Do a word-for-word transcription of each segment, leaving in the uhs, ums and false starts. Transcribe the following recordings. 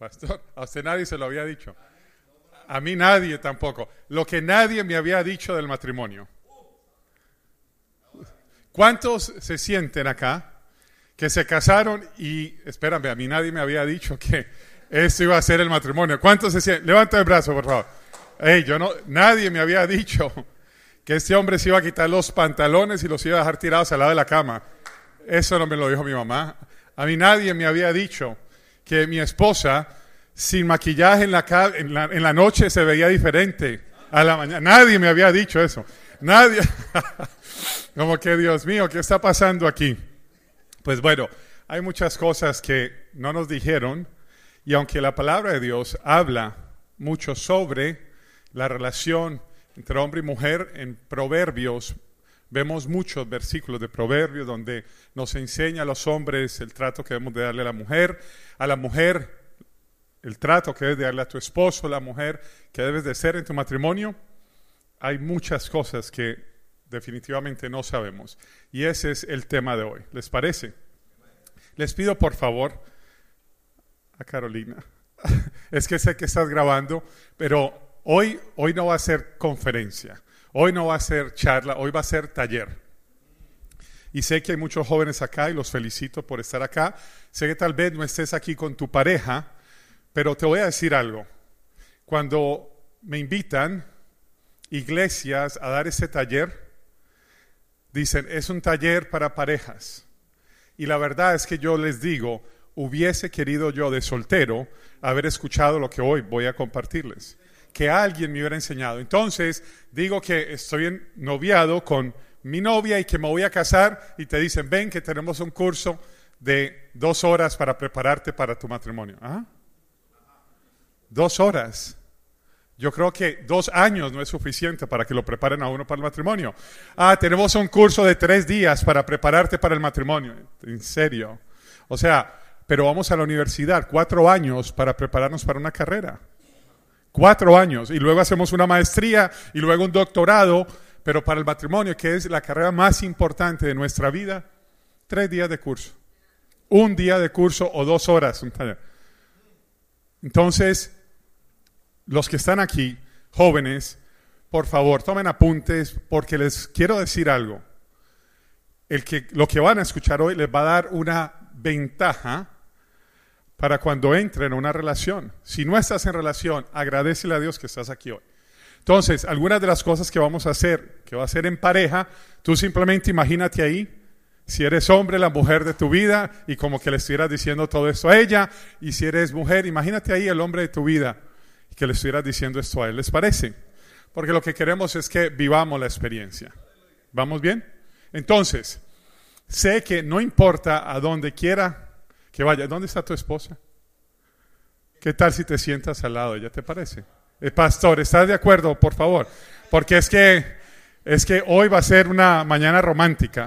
Pastor, a usted nadie se lo había dicho. A mí nadie tampoco. Lo que nadie me había dicho del matrimonio. ¿Cuántos se sienten acá que se casaron y, espérame, a mí nadie me había dicho que esto iba a ser el matrimonio? ¿Cuántos se sienten? Levanta el brazo, por favor. Hey, yo no, nadie me había dicho que este hombre se iba a quitar los pantalones y los iba a dejar tirados al lado de la cama. Eso no me lo dijo mi mamá. A mí nadie me había dicho que mi esposa, sin maquillaje en la, en la, en la noche, se veía diferente a la mañana. Nadie me había dicho eso. Nadie. Como que, Dios mío, ¿qué está pasando aquí? Pues bueno, hay muchas cosas que no nos dijeron, y aunque la palabra de Dios habla mucho sobre la relación entre hombre y mujer, en Proverbios vemos muchos versículos de Proverbios donde nos enseña a los hombres el trato que debemos de darle a la mujer, a la mujer el trato que debes de darle a tu esposo, la mujer que debes de ser en tu matrimonio. Hay muchas cosas que definitivamente no sabemos, y ese es el tema de hoy. ¿Les parece? Les pido por favor a Carolina, es que sé que estás grabando, pero hoy, hoy no va a ser conferencia, hoy no va a ser charla, hoy va a ser taller. Y sé que hay muchos jóvenes acá y los felicito por estar acá. Sé que tal vez no estés aquí con tu pareja, pero te voy a decir algo. Cuando me invitan iglesias a dar ese taller, dicen, es un taller para parejas. Y la verdad es que yo les digo, hubiese querido yo de soltero haber escuchado lo que hoy voy a compartirles. Que alguien me hubiera enseñado. Entonces, digo que estoy en noviado con mi novia y que me voy a casar y te dicen, ven que tenemos un curso de dos horas para prepararte para tu matrimonio. ¿Ah? Dos horas. Yo creo que dos años no es suficiente para que lo preparen a uno para el matrimonio. Ah, tenemos un curso de tres días para prepararte para el matrimonio. ¿En serio? O sea, pero vamos a la universidad, cuatro años para prepararnos para una carrera. Cuatro años. Y luego hacemos una maestría y luego un doctorado, pero para el matrimonio, que es la carrera más importante de nuestra vida, tres días de curso. Un día de curso o dos horas. Un taller. Entonces, los que están aquí, jóvenes, por favor, tomen apuntes porque les quiero decir algo. El que, lo que van a escuchar hoy les va a dar una ventaja para cuando entren en una relación. Si no estás en relación, agradécele a Dios que estás aquí hoy. Entonces, algunas de las cosas que vamos a hacer, que va a ser en pareja, tú simplemente imagínate ahí, si eres hombre, la mujer de tu vida, y como que le estuvieras diciendo todo esto a ella, y si eres mujer, imagínate ahí el hombre de tu vida, y que le estuvieras diciendo esto a él. ¿Les parece? Porque lo que queremos es que vivamos la experiencia. ¿Vamos bien? Entonces, sé que no importa a donde quiera que vaya. ¿Dónde está tu esposa? ¿Qué tal si te sientas al lado de ella? ¿Te parece? Eh, pastor, ¿estás de acuerdo, por favor? Porque es que, es que hoy va a ser una mañana romántica.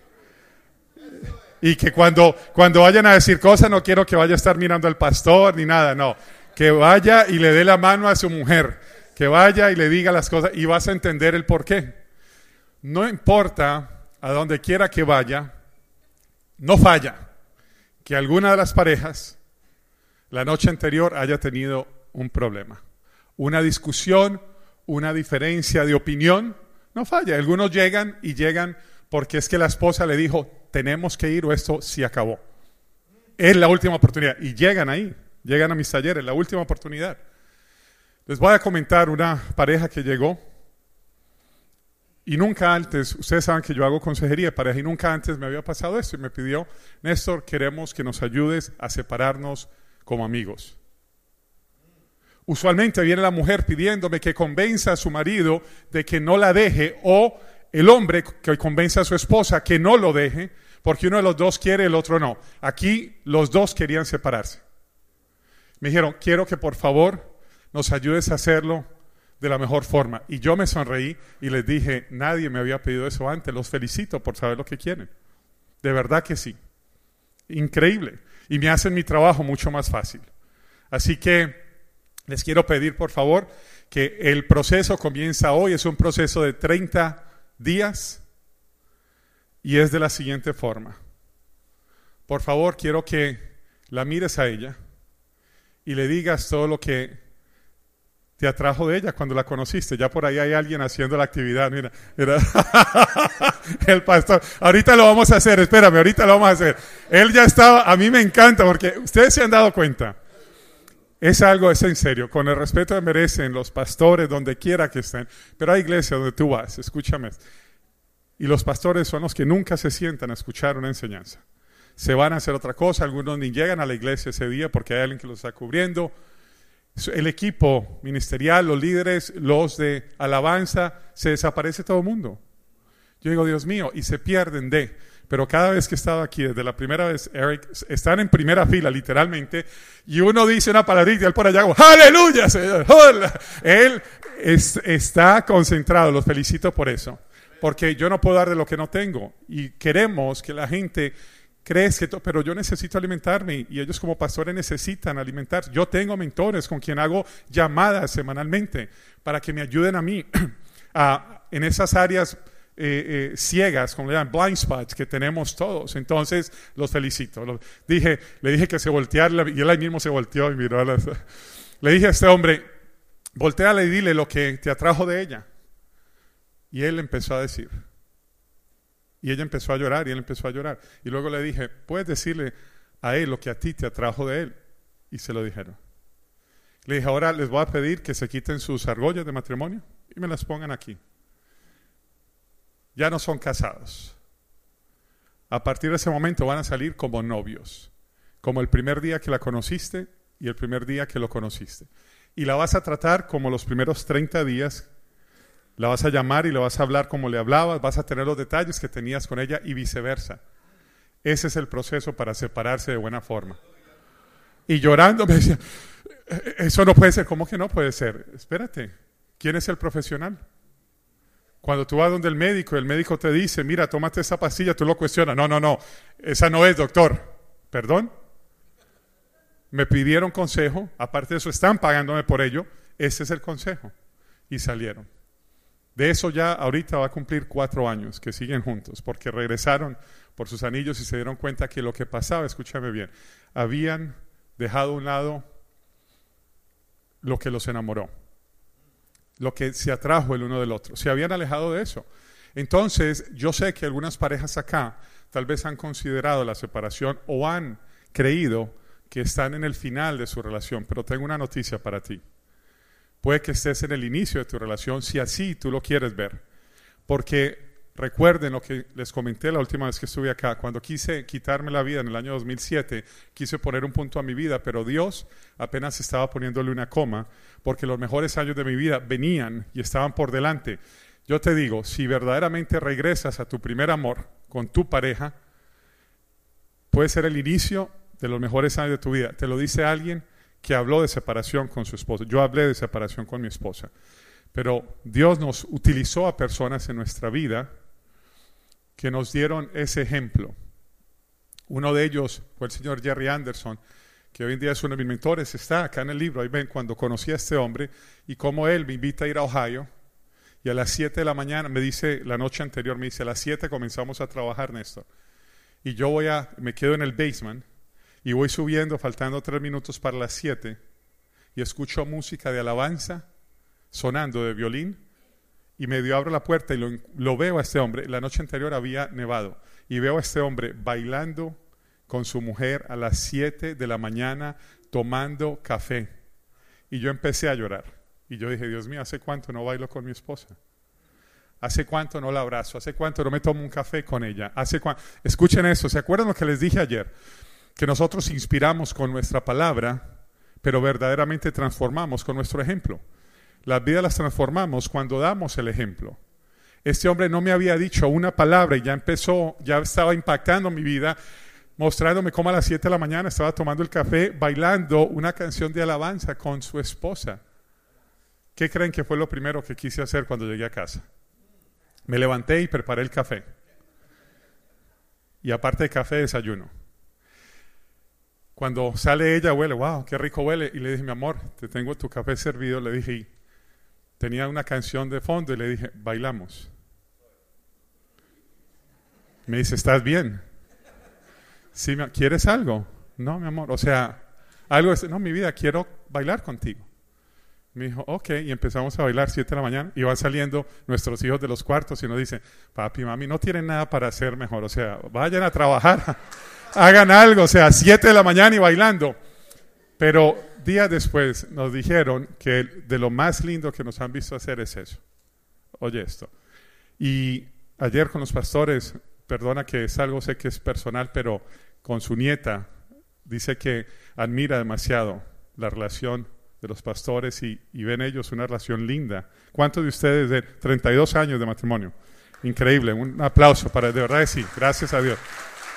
Y que cuando, cuando vayan a decir cosas, no quiero que vaya a estar mirando al pastor ni nada, no. Que vaya y le dé la mano a su mujer. Que vaya y le diga las cosas y vas a entender el por qué. No importa a donde quiera que vaya, no falla que alguna de las parejas la noche anterior haya tenido un problema, una discusión, una diferencia de opinión. No falla. Algunos llegan y llegan porque es que la esposa le dijo, tenemos que ir o esto se acabó. Es la última oportunidad. Y llegan ahí, llegan a mis talleres, la última oportunidad. Les voy a comentar una pareja que llegó y nunca antes, ustedes saben que yo hago consejería de pareja y nunca antes me había pasado esto y me pidió, Néstor, queremos que nos ayudes a separarnos como amigos. Usualmente viene la mujer pidiéndome que convenza a su marido de que no la deje, o el hombre que convence a su esposa que no lo deje, porque uno de los dos quiere, el otro no. Aquí los dos querían separarse. Me dijeron, quiero que por favor nos ayudes a hacerlo de la mejor forma. Y yo me sonreí y les dije, nadie me había pedido eso antes, los felicito por saber lo que quieren. De verdad que sí. Increíble. Y me hacen mi trabajo mucho más fácil. Así que les quiero pedir, por favor, que el proceso comienza hoy. Es un proceso de treinta días y es de la siguiente forma. Por favor, quiero que la mires a ella y le digas todo lo que te atrajo de ella cuando la conociste. Ya por ahí hay alguien haciendo la actividad. Mira, mira. El pastor. Ahorita lo vamos a hacer, espérame, ahorita lo vamos a hacer. Él ya estaba, a mí me encanta porque ustedes se han dado cuenta. Es algo, es en serio, con el respeto que merecen los pastores donde quiera que estén. Pero hay iglesias donde tú vas, escúchame. Y los pastores son los que nunca se sientan a escuchar una enseñanza. Se van a hacer otra cosa, algunos ni llegan a la iglesia ese día porque hay alguien que los está cubriendo. El equipo ministerial, los líderes, los de alabanza, se desaparece todo el mundo. Yo digo, Dios mío, y se pierden de... Pero cada vez que he estado aquí, desde la primera vez, Eric, están en primera fila, literalmente, y uno dice una palabrita y él por allá, como, ¡aleluya, Señor! ¡Hola! Él es, está concentrado, los felicito por eso, porque yo no puedo dar de lo que no tengo, y queremos que la gente crezca, pero yo necesito alimentarme, y ellos como pastores necesitan alimentarse. Yo tengo mentores con quien hago llamadas semanalmente, para que me ayuden a mí, a, en esas áreas Eh, eh, ciegas, como le llaman, blind spots que tenemos todos. Entonces los felicito. Lo, dije, le dije que se volteara y él ahí mismo se volteó y miró a las, le dije a este hombre, volteale y dile lo que te atrajo de ella. Y él empezó a decir, y ella empezó a llorar y él empezó a llorar, y luego le dije, puedes decirle a él lo que a ti te atrajo de él, y se lo dijeron. Le dije, ahora les voy a pedir que se quiten sus argollas de matrimonio y me las pongan aquí. Ya no son casados. A partir de ese momento van a salir como novios, como el primer día que la conociste y el primer día que lo conociste. Y la vas a tratar como los primeros treinta días, la vas a llamar y le vas a hablar como le hablabas, vas a tener los detalles que tenías con ella y viceversa. Ese es el proceso para separarse de buena forma. Y llorando me decía, eso no puede ser. ¿Cómo que no puede ser? Espérate, ¿quién es el profesional? Cuando tú vas donde el médico y el médico te dice, mira, tómate esa pastilla, tú lo cuestionas. No, no, no, esa no es, doctor. ¿Perdón? Me pidieron consejo, aparte de eso están pagándome por ello, ese es el consejo. Y salieron. De eso ya ahorita va a cumplir cuatro años que siguen juntos, porque regresaron por sus anillos y se dieron cuenta que lo que pasaba, escúchame bien, habían dejado a un lado lo que los enamoró. Lo que se atrajo el uno del otro, se habían alejado de eso. Entonces, yo sé que algunas parejas acá tal vez han considerado la separación o han creído que están en el final de su relación, pero tengo una noticia para ti. Puede que estés en el inicio de tu relación, si así tú lo quieres ver, porque recuerden lo que les comenté la última vez que estuve acá, cuando quise quitarme la vida en el año dos mil siete, quise poner un punto a mi vida, pero Dios apenas estaba poniéndole una coma, porque los mejores años de mi vida venían y estaban por delante. Yo te digo, si verdaderamente regresas a tu primer amor con tu pareja, puede ser el inicio de los mejores años de tu vida. Te lo dice alguien que habló de separación con su esposa. Yo hablé de separación con mi esposa, pero Dios nos utilizó a personas en nuestra vida que nos dieron ese ejemplo. Uno de ellos fue el señor Jerry Anderson, que hoy en día es uno de mis mentores, está acá en el libro. Ahí ven cuando conocí a este hombre y cómo él me invita a ir a Ohio, y a las siete de la mañana, me dice, la noche anterior, me dice, a las siete comenzamos a trabajar, Néstor, y yo voy a, me quedo en el basement, y voy subiendo, faltando tres minutos para las siete, y escucho música de alabanza, sonando de violín, y medio abro la puerta y lo, lo veo a este hombre. La noche anterior había nevado y veo a este hombre bailando con su mujer a las siete de la mañana tomando café, y yo empecé a llorar y yo dije, Dios mío, ¿hace cuánto no bailo con mi esposa? ¿Hace cuánto no la abrazo? ¿Hace cuánto no me tomo un café con ella? ¿Hace cuánto? Escuchen eso, ¿se acuerdan lo que les dije ayer? Que nosotros inspiramos con nuestra palabra, pero verdaderamente transformamos con nuestro ejemplo. Las vidas las transformamos cuando damos el ejemplo. Este hombre no me había dicho una palabra y ya empezó, ya estaba impactando mi vida, mostrándome cómo a las siete de la mañana estaba tomando el café, bailando una canción de alabanza con su esposa. ¿Qué creen que fue lo primero que quise hacer cuando llegué a casa? Me levanté y preparé el café. Y aparte de café, desayuno. Cuando sale ella, huele, wow, qué rico huele. Y le dije, mi amor, te tengo tu café servido. Le dije, y tenía una canción de fondo y le dije, bailamos. Me dice, ¿estás bien? Sí, ¿quieres algo? No, mi amor, o sea, Algo es, no, mi vida, quiero bailar contigo. Me dijo, ok, y empezamos a bailar siete de la mañana, y van saliendo nuestros hijos de los cuartos y nos dicen, papi, mami, no tienen nada para hacer mejor, o sea, vayan a trabajar, hagan algo, o sea, siete de la mañana y bailando. Pero días después nos dijeron que de lo más lindo que nos han visto hacer es eso. Oye esto. Y ayer con los pastores, perdona que es algo, sé que es personal, pero con su nieta, dice que admira demasiado la relación de los pastores y, y ven ellos una relación linda. ¿Cuántos de ustedes de treinta y dos años de matrimonio? Increíble, un aplauso para, de verdad que sí, gracias a Dios.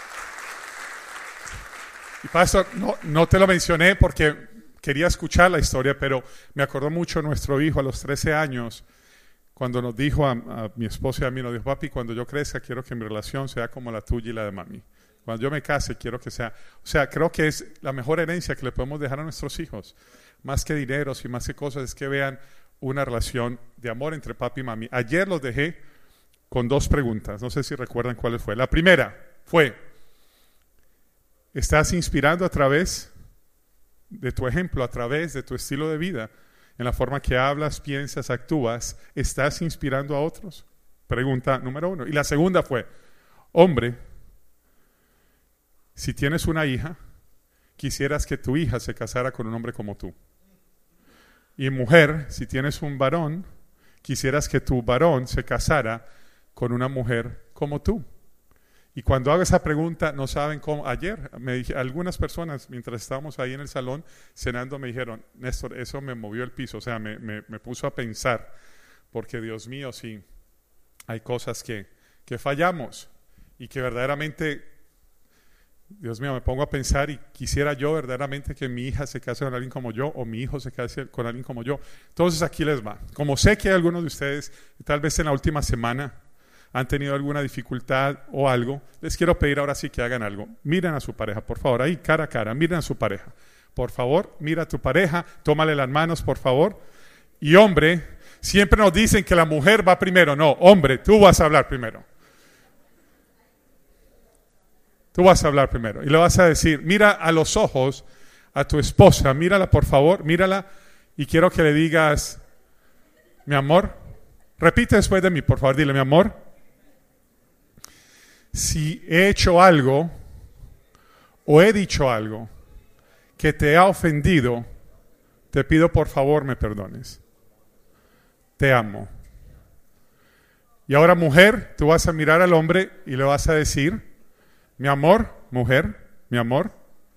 Y pastor, no, no te lo mencioné porque quería escuchar la historia, pero me acordó mucho nuestro hijo a los trece años, cuando nos dijo a, a mi esposa y a mí, nos dijo, papi, cuando yo crezca quiero que mi relación sea como la tuya y la de mami. Cuando yo me case quiero que sea, o sea, creo que es la mejor herencia que le podemos dejar a nuestros hijos. Más que dineros y más que cosas, es que vean una relación de amor entre papi y mami. Ayer los dejé con dos preguntas, no sé si recuerdan cuáles fue. La primera fue, ¿estás inspirando a través de tu ejemplo, a través de tu estilo de vida, en la forma que hablas, piensas, actúas? ¿Estás inspirando a otros? Pregunta número uno. Y la segunda fue, hombre, si tienes una hija, quisieras que tu hija se casara con un hombre como tú. Y mujer, si tienes un varón, quisieras que tu varón se casara con una mujer como tú. Y cuando hago esa pregunta, no saben cómo. Ayer, me dije, algunas personas, mientras estábamos ahí en el salón cenando, me dijeron, Néstor, eso me movió el piso, o sea, me, me, me puso a pensar, porque Dios mío, sí, hay cosas que, que fallamos y que verdaderamente, Dios mío, me pongo a pensar y quisiera yo verdaderamente que mi hija se case con alguien como yo o mi hijo se case con alguien como yo. Entonces aquí les va. Como sé que hay algunos de ustedes, tal vez en la última semana, han tenido alguna dificultad o algo, les quiero pedir ahora sí que hagan algo. Miren a su pareja, por favor, ahí cara a cara, miren a su pareja. Por favor, mira a tu pareja, tómale las manos, por favor. Y hombre, siempre nos dicen que la mujer va primero. No, hombre, tú vas a hablar primero. Tú vas a hablar primero y le vas a decir, mira a los ojos a tu esposa, mírala por favor, mírala y quiero que le digas, mi amor, repite después de mí, por favor, dile, mi amor, si he hecho algo o he dicho algo que te ha ofendido, te pido por favor me perdones. Te amo. Y ahora, mujer, tú vas a mirar al hombre y le vas a decir, mi amor, mujer, mi amor,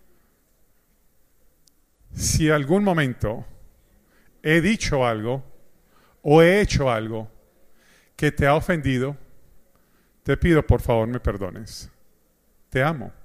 si algún momento he dicho algo o he hecho algo que te ha ofendido, te pido por favor me perdones. Te amo.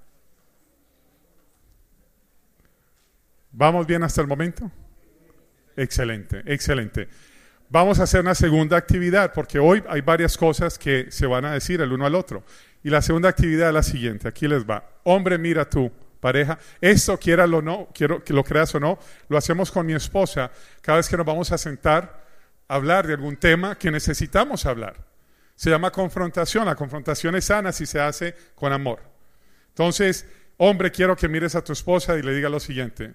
¿Vamos bien hasta el momento? Excelente, excelente. Vamos a hacer una segunda actividad porque hoy hay varias cosas que se van a decir el uno al otro. Y la segunda actividad es la siguiente, aquí les va. Hombre, mira a tu pareja. Esto, quiéralo o no, quiero que lo creas o no, lo hacemos con mi esposa cada vez que nos vamos a sentar a hablar de algún tema que necesitamos hablar. Se llama confrontación. La confrontación es sana si se hace con amor. Entonces, hombre, quiero que mires a tu esposa y le diga lo siguiente.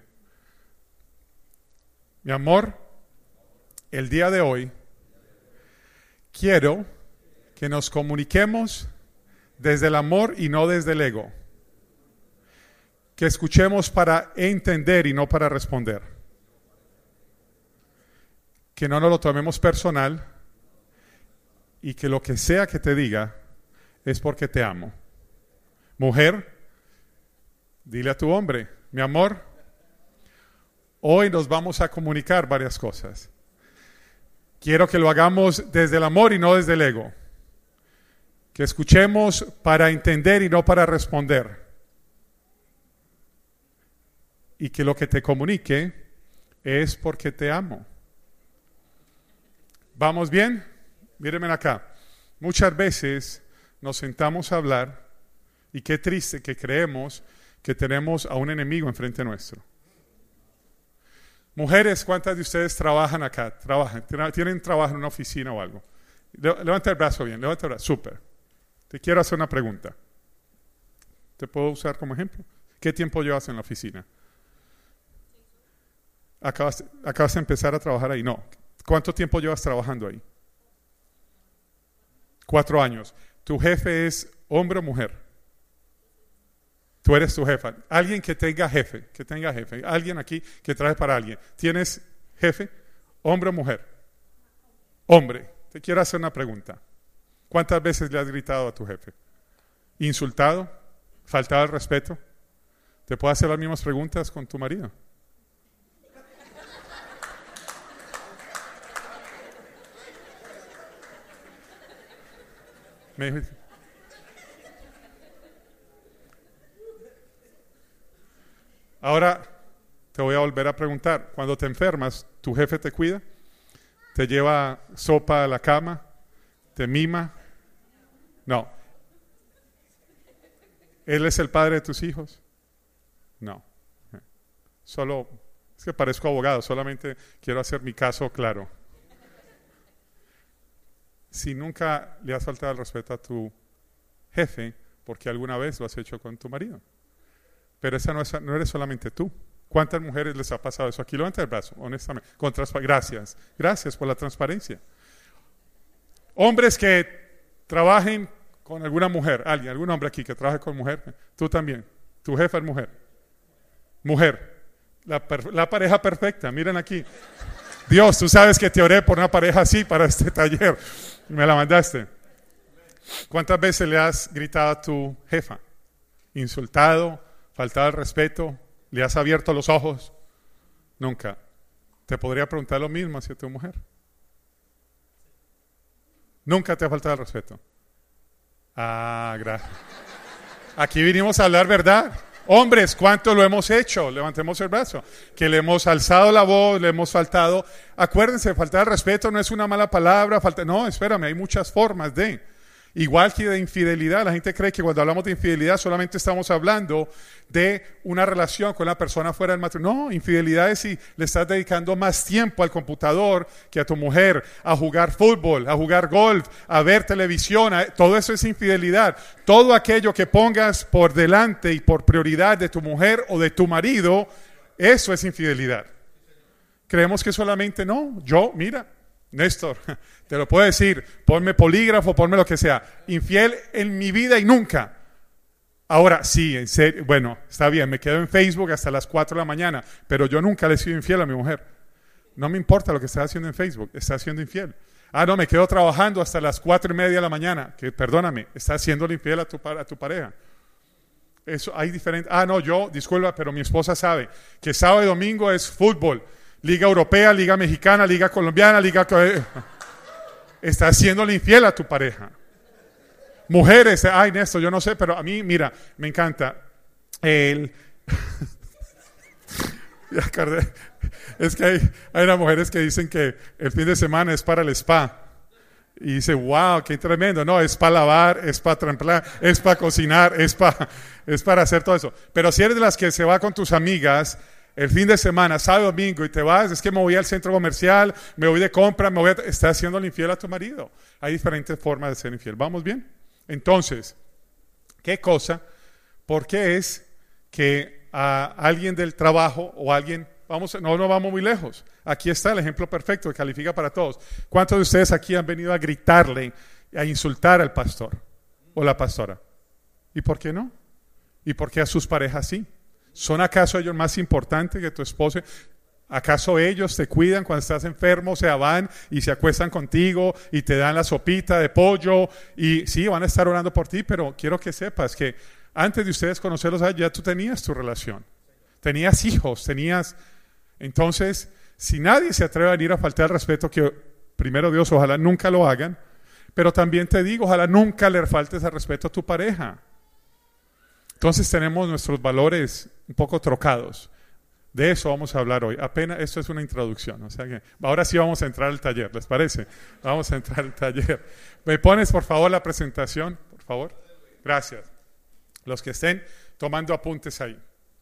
Mi amor, el día de hoy quiero que nos comuniquemos desde el amor y no desde el ego. Que escuchemos para entender y no para responder. Que no nos lo tomemos personal y que lo que sea que te diga es porque te amo. Mujer, dile a tu hombre, mi amor, hoy nos vamos a comunicar varias cosas. Quiero que lo hagamos desde el amor y no desde el ego. Que escuchemos para entender y no para responder. Y que lo que te comunique es porque te amo. ¿Vamos bien? Mírenme acá. Muchas veces nos sentamos a hablar y qué triste que creemos que tenemos a un enemigo enfrente nuestro. Mujeres, ¿cuántas de ustedes trabajan acá? Trabajan, tienen trabajo en una oficina o algo. Levanta el brazo bien, levanta el brazo, súper. Te quiero hacer una pregunta. ¿Te puedo usar como ejemplo? ¿Qué tiempo llevas en la oficina? Acabas, acabas de empezar a trabajar ahí. No. ¿Cuánto tiempo llevas trabajando ahí? Cuatro años. ¿Tu jefe es hombre o mujer? Tú eres tu jefa. Alguien que tenga jefe, que tenga jefe. Alguien aquí que trabaje para alguien. ¿Tienes jefe? ¿Hombre o mujer? Hombre. Te quiero hacer una pregunta. ¿Cuántas veces le has gritado a tu jefe? ¿Insultado? ¿Faltado al respeto? ¿Te puedo hacer las mismas preguntas con tu marido? Me dijo, ahora te voy a volver a preguntar, cuando te enfermas, ¿tu jefe te cuida? ¿Te lleva sopa a la cama? ¿Te mima? No. ¿Él es el padre de tus hijos? No. Solo, es que parezco abogado, solamente quiero hacer mi caso claro. Si nunca le has faltado el respeto a tu jefe, porque alguna vez lo has hecho con tu marido. Pero esa no, es, no eres solamente tú. ¿Cuántas mujeres les ha pasado eso? Aquí levanta el brazo, honestamente. Con transpa- gracias, gracias por la transparencia. Hombres que trabajen con alguna mujer, alguien, algún hombre aquí que trabaje con mujer, tú también. Tu jefa es mujer. Mujer. La, per- la pareja perfecta, miren aquí. Dios, tú sabes que te oré por una pareja así para este taller. Me la mandaste. ¿Cuántas veces le has gritado a tu jefa? ¿Insultado? ¿Faltado el respeto? ¿Le has abierto los ojos? Nunca. Te podría preguntar lo mismo hacia tu mujer. Nunca te ha faltado el respeto. Ah, gracias. Aquí vinimos a hablar verdad. Hombres, ¿cuánto lo hemos hecho? Levantemos el brazo. Que le hemos alzado la voz, le hemos faltado. Acuérdense, faltar el respeto no es una mala palabra. Falta, no, espérame, hay muchas formas de. Igual que de infidelidad, la gente cree que cuando hablamos de infidelidad solamente estamos hablando de una relación con la persona fuera del matrimonio. No, infidelidad es si le estás dedicando más tiempo al computador que a tu mujer, a jugar fútbol, a jugar golf, a ver televisión, a, todo eso es infidelidad. Todo aquello que pongas por delante y por prioridad de tu mujer o de tu marido, eso es infidelidad. Creemos que solamente no, yo, mira, Néstor, te lo puedo decir, ponme polígrafo, ponme lo que sea, infiel en mi vida y nunca. Ahora, sí, en serio, bueno, está bien, me quedo en Facebook hasta las cuatro de la mañana, pero yo nunca le he sido infiel a mi mujer. No me importa lo que está haciendo en Facebook, está siendo infiel. Ah, no, me quedo trabajando hasta las cuatro y media de la mañana, que perdóname, está haciendo infiel a tu, a tu pareja. Eso hay diferente. Ah, no, yo, disculpa, pero mi esposa sabe que sábado y domingo es fútbol. Liga Europea, Liga Mexicana, Liga Colombiana, Liga... Estás haciéndole infiel a tu pareja. Mujeres, ay Néstor, yo no sé, pero a mí, mira, me encanta. El... es que hay, hay unas mujeres que dicen que el fin de semana es para el spa. Y dice, wow, qué tremendo. No, es para lavar, es para tramplar, es para cocinar, es para, es para hacer todo eso. Pero si eres de las que se va con tus amigas el fin de semana, sábado, domingo, y te vas, es que me voy al centro comercial, me voy de compra, me voy a... Estás haciéndole infiel a tu marido. Hay diferentes formas de ser infiel. ¿Vamos bien? Entonces, ¿qué cosa? ¿Por qué es que a alguien del trabajo o alguien... Vamos, no, no vamos muy lejos. Aquí está el ejemplo perfecto que califica para todos. ¿Cuántos de ustedes aquí han venido a gritarle, a insultar al pastor o la pastora? ¿Y por qué no? ¿Y por qué a sus parejas sí? ¿Son acaso ellos más importantes que tu esposo? ¿Acaso ellos te cuidan cuando estás enfermo? O sea, van y se acuestan contigo y te dan la sopita de pollo y sí, van a estar orando por ti, pero quiero que sepas que antes de ustedes conocerlos ya tú tenías tu relación. Tenías hijos, tenías... Entonces, si nadie se atreve a venir a faltar el respeto, que primero Dios, ojalá nunca lo hagan, pero también te digo, ojalá nunca le faltes el respeto a tu pareja. Entonces tenemos nuestros valores un poco trocados. De eso vamos a hablar hoy. Apenas esto es una introducción. O sea que ahora sí vamos a entrar al taller, ¿les parece? Vamos a entrar al taller. ¿Me pones por favor la presentación? Por favor. Gracias. Los que estén tomando apuntes ahí.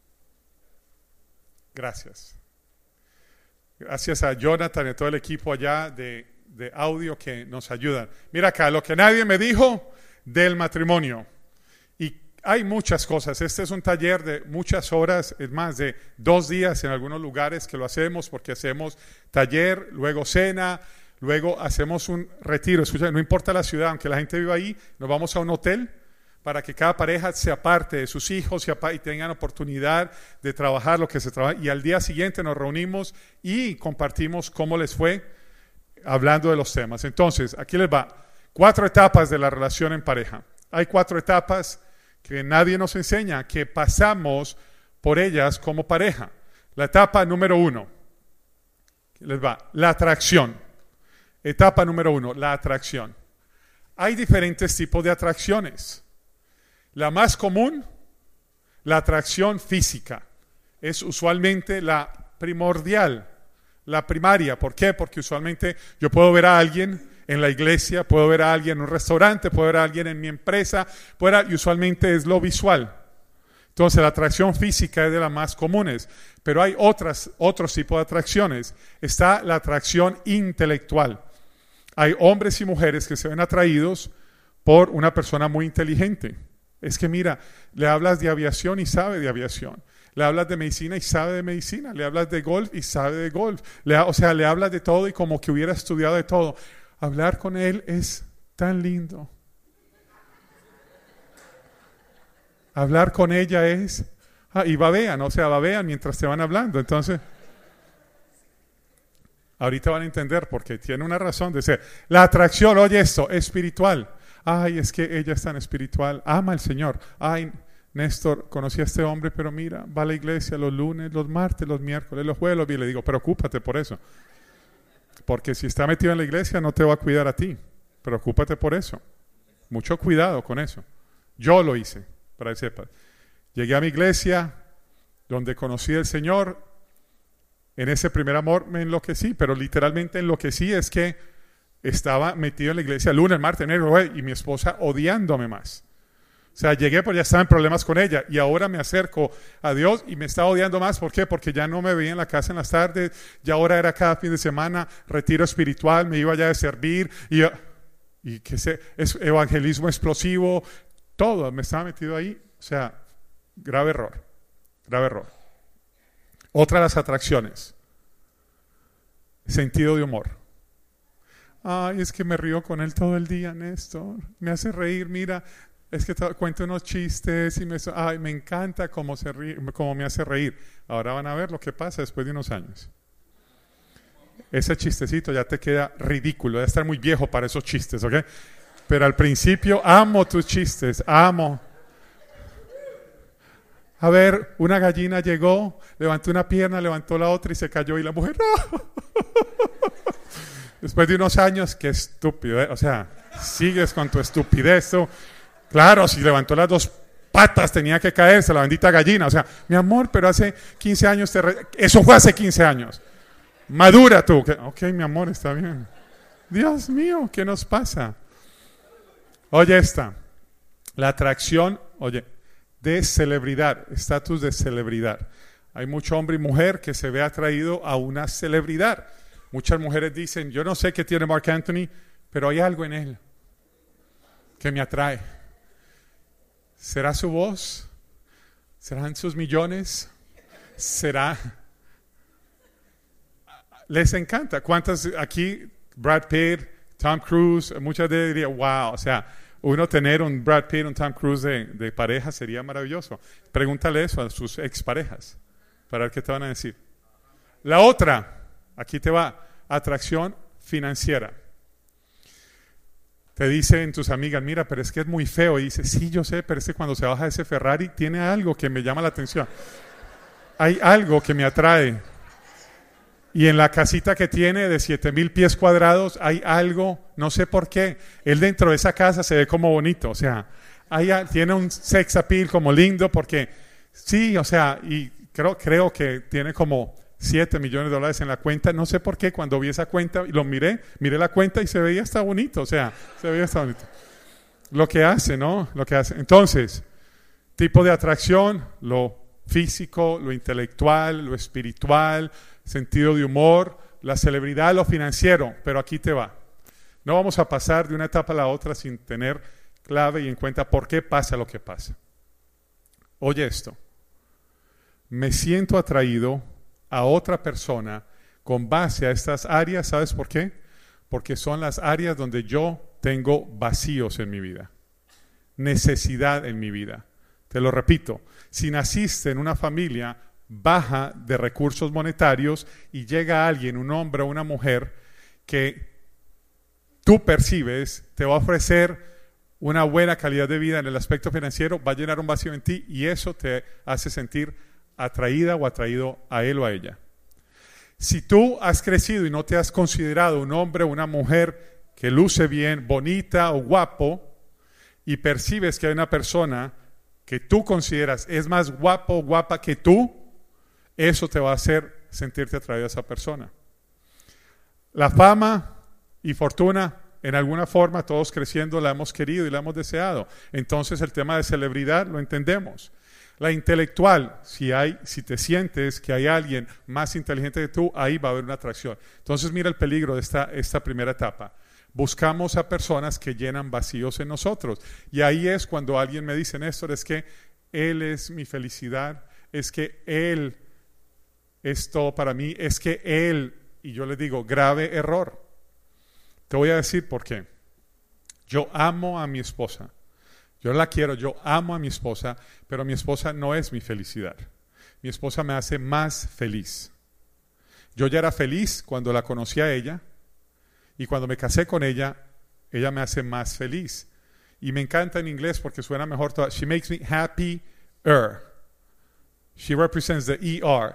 Gracias. Gracias a Jonathan y a todo el equipo allá de, de audio que nos ayudan. Mira acá, lo que nadie me dijo del matrimonio. Y hay muchas cosas. Este es un taller de muchas horas, es más de dos días en algunos lugares que lo hacemos, porque hacemos taller, luego cena, luego hacemos un retiro. Escucha, no importa la ciudad, aunque la gente viva ahí, nos vamos a un hotel para que cada pareja se aparte de sus hijos y, y tengan oportunidad de trabajar lo que se trabaja. Y al día siguiente nos reunimos y compartimos cómo les fue hablando de los temas. Entonces, aquí les va. Cuatro etapas de la relación en pareja. Hay cuatro etapas que nadie nos enseña, que pasamos por ellas como pareja. La etapa número uno, les va, la atracción. Etapa número uno, la atracción. Hay diferentes tipos de atracciones. La más común, la atracción física, es usualmente la primordial, la primaria. ¿Por qué? Porque usualmente yo puedo ver a alguien en la iglesia, puedo ver a alguien en un restaurante, puedo ver a alguien en mi empresa, puedo ver, y usualmente es lo visual. Entonces la atracción física es de las más comunes, pero hay otras, otros tipos de atracciones. Está la atracción intelectual. Hay hombres y mujeres que se ven atraídos por una persona muy inteligente. Es que mira, le hablas de aviación y sabe de aviación. Le hablas de medicina y sabe de medicina. Le hablas de golf y sabe de golf. Le, o sea, le hablas de todo y como que hubiera estudiado de todo. Hablar con él es tan lindo. Hablar con ella es... Ah, y babean, o sea, babean mientras te van hablando. Entonces, ahorita van a entender porque tiene una razón de ser. La atracción, oye esto, espiritual. Ay, es que ella es tan espiritual. Ama al Señor. Ay, Néstor, conocí a este hombre, pero mira, va a la iglesia los lunes, los martes, los miércoles, los jueves, los viernes. Le digo, preocúpate por eso. Porque si está metido en la iglesia no te va a cuidar a ti. Preocúpate por eso. Mucho cuidado con eso. Yo lo hice, para que sepas. Llegué a mi iglesia, donde conocí al Señor. En ese primer amor me enloquecí, pero literalmente enloquecí es que estaba metido en la iglesia lunes, martes, miércoles, y mi esposa odiándome más. O sea, llegué porque ya estaba en problemas con ella y ahora me acerco a Dios y me está odiando más. ¿Por qué? Porque ya no me veía en la casa en las tardes, ya ahora era cada fin de semana, retiro espiritual, me iba ya de servir y, y que se, es evangelismo explosivo, todo, me estaba metido ahí. O sea, grave error, grave error. Otra de las atracciones, sentido de humor. Ay, es que me río con él todo el día, Néstor, me hace reír, mira... Es que te, cuento unos chistes y me, ay, me encanta cómo, se ríe, cómo me hace reír. Ahora van a ver lo que pasa después de unos años. Ese chistecito ya te queda ridículo, debe estar muy viejo para esos chistes, ¿ok? Pero al principio amo tus chistes, amo. A ver, una gallina llegó, levantó una pierna, levantó la otra y se cayó y la mujer... ¡No! Después de unos años, qué estúpido, ¿eh? O sea, sigues con tu estupidez, tú. Claro, si levantó las dos patas tenía que caerse la bendita gallina. O sea, mi amor, pero hace quince años te... Re... Eso fue hace quince años. Madura tú. Ok, mi amor, está bien. Dios mío, ¿qué nos pasa? Oye esta. La atracción, oye, de celebridad, estatus de celebridad. Hay mucho hombre y mujer que se ve atraído a una celebridad. Muchas mujeres dicen, yo no sé qué tiene Marc Anthony, pero hay algo en él que me atrae. ¿Será su voz? ¿Serán sus millones? ¿Será? Les encanta. ¿Cuántas aquí? Brad Pitt, Tom Cruise, muchas de ellas dirían, wow, o sea, uno tener un Brad Pitt, un Tom Cruise de, de pareja sería maravilloso. Pregúntale eso a sus exparejas para ver qué te van a decir. La otra, aquí te va, atracción financiera. Te dicen tus amigas, mira, pero es que es muy feo. Y dices, sí, yo sé, pero es que cuando se baja ese Ferrari tiene algo que me llama la atención. Hay algo que me atrae. Y en la casita que tiene de siete mil pies cuadrados hay algo, no sé por qué. Él dentro de esa casa se ve como bonito. O sea, hay, tiene un sex appeal como lindo porque, sí, o sea, y creo, creo que tiene como... siete millones de dólares en la cuenta, no sé por qué, cuando vi esa cuenta, lo miré, miré la cuenta y se veía hasta bonito, o sea, se veía hasta bonito. Lo que hace, ¿no? Lo que hace. Entonces, tipo de atracción, lo físico, lo intelectual, lo espiritual, sentido de humor, la celebridad, lo financiero, pero aquí te va. No vamos a pasar de una etapa a la otra sin tener clave y en cuenta por qué pasa lo que pasa. Oye esto. Me siento atraído a otra persona con base a estas áreas. ¿Sabes por qué? Porque son las áreas donde yo tengo vacíos en mi vida, necesidad en mi vida. Te lo repito, si naciste en una familia baja de recursos monetarios y llega alguien, un hombre o una mujer, que tú percibes, te va a ofrecer una buena calidad de vida en el aspecto financiero, va a llenar un vacío en ti y eso te hace sentir atraída o atraído a él o a ella. Si tú has crecido y no te has considerado un hombre o una mujer que luce bien, bonita o guapo, y percibes que hay una persona que tú consideras es más guapo o guapa que tú, eso te va a hacer sentirte atraído a esa persona. La fama y fortuna, en alguna forma, todos creciendo la hemos querido y la hemos deseado. Entonces el tema de celebridad lo entendemos. La intelectual, si, hay, si te sientes que hay alguien más inteligente que tú, ahí va a haber una atracción. Entonces mira el peligro de esta, esta primera etapa. Buscamos a personas que llenan vacíos en nosotros. Y ahí es cuando alguien me dice, Néstor, es que Él es mi felicidad, es que Él es todo para mí, es que Él, y yo le digo, grave error. Te voy a decir por qué. Yo amo a mi esposa. Yo la quiero, yo amo a mi esposa, pero mi esposa no es mi felicidad. Mi esposa me hace más feliz. Yo ya era feliz cuando la conocí a ella y cuando me casé con ella, ella me hace más feliz. Y me encanta en inglés porque suena mejor. Toda. She makes me happier. She represents the E R.